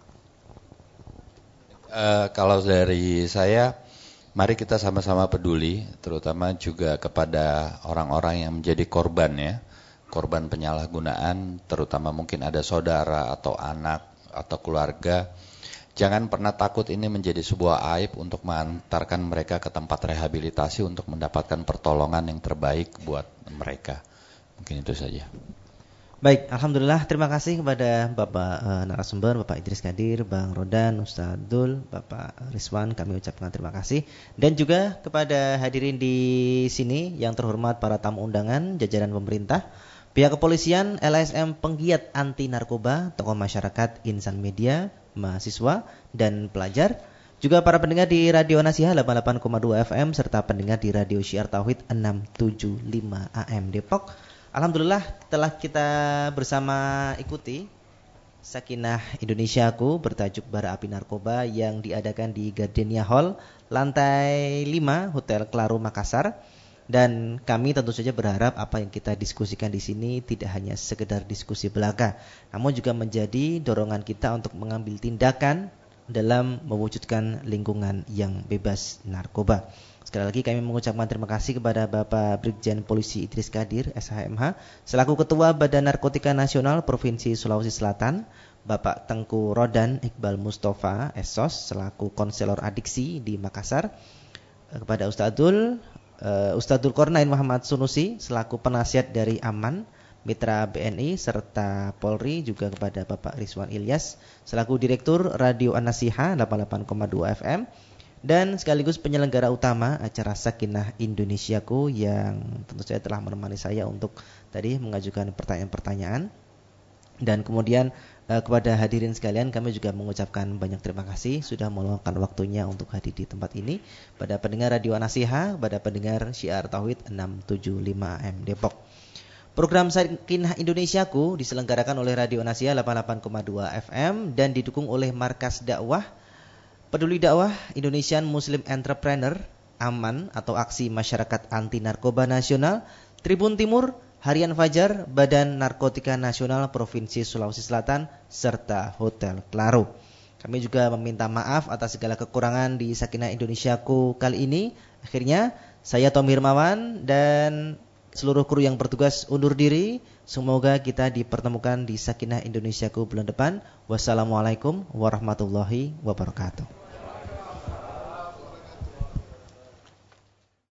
Uh, kalau dari saya, mari kita sama-sama peduli, terutama juga kepada orang-orang yang menjadi korban ya, korban penyalahgunaan, terutama mungkin ada saudara atau anak atau keluarga. Jangan pernah takut ini menjadi sebuah aib untuk mengantarkan mereka ke tempat rehabilitasi untuk mendapatkan pertolongan yang terbaik buat mereka. Mungkin itu saja. Baik, alhamdulillah, terima kasih kepada Bapak e, narasumber, Bapak Idris Kadir, Bang Rodan, Ustaz Abdul, Bapak Rizwan, kami ucapkan terima kasih. Dan juga kepada hadirin di sini yang terhormat para tamu undangan, jajaran pemerintah, pihak kepolisian, L S M penggiat anti narkoba, tokoh masyarakat, insan media, mahasiswa, dan pelajar. Juga para pendengar di Radio Nasiha delapan puluh delapan koma dua F M serta pendengar di Radio Syiar Tauhid enam tujuh lima A M Depok. Alhamdulillah telah kita bersama ikuti Sakinah Indonesiaku bertajuk Bara Api Narkoba yang diadakan di Gardenia Hall, lantai lima, Hotel Claro Makassar. Dan kami tentu saja berharap apa yang kita diskusikan di sini tidak hanya sekedar diskusi belaka, namun juga menjadi dorongan kita untuk mengambil tindakan dalam mewujudkan lingkungan yang bebas narkoba. Sekali lagi kami mengucapkan terima kasih kepada Bapak Brigjen Polisi Idris Kadir, S H M H, selaku Ketua Badan Narkotika Nasional Provinsi Sulawesi Selatan, Bapak Tengku Rodan Iqbal Mustafa, S O S, selaku Konselor Adiksi di Makassar, kepada Ustaz Abdul, uh, Ustaz Dzulkarnain Muhammad Sunusi, selaku penasihat dari Aman, Mitra B N I, serta Polri, juga kepada Bapak Rizwan Ilyas, selaku Direktur Radio An-Nasiha delapan puluh delapan koma dua F M, dan sekaligus penyelenggara utama acara Sakinah Indonesiaku yang tentu saja telah menemani saya untuk tadi mengajukan pertanyaan-pertanyaan. Dan kemudian Uh, kepada hadirin sekalian, kami juga mengucapkan banyak terima kasih sudah meluangkan waktunya untuk hadir di tempat ini. Pada pendengar Radio An-Nasiha, pada pendengar Syiar Tauhid enam tujuh lima A M Depok. Program Sakinah Indonesiaku diselenggarakan oleh Radio An-Nasiha delapan puluh delapan koma dua F M dan didukung oleh Markas Dakwah Peduli Dakwah Indonesian Muslim Entrepreneur Aman atau Aksi Masyarakat Anti Narkoba Nasional, Tribun Timur, Harian Fajar, Badan Narkotika Nasional Provinsi Sulawesi Selatan, serta Hotel Claro. Kami juga meminta maaf atas segala kekurangan di Sakinah Indonesiaku kali ini. Akhirnya, saya Tommy Hermawan dan seluruh kru yang bertugas undur diri. Semoga kita dipertemukan di Sakinah Indonesiaku bulan depan. Wassalamualaikum warahmatullahi wabarakatuh.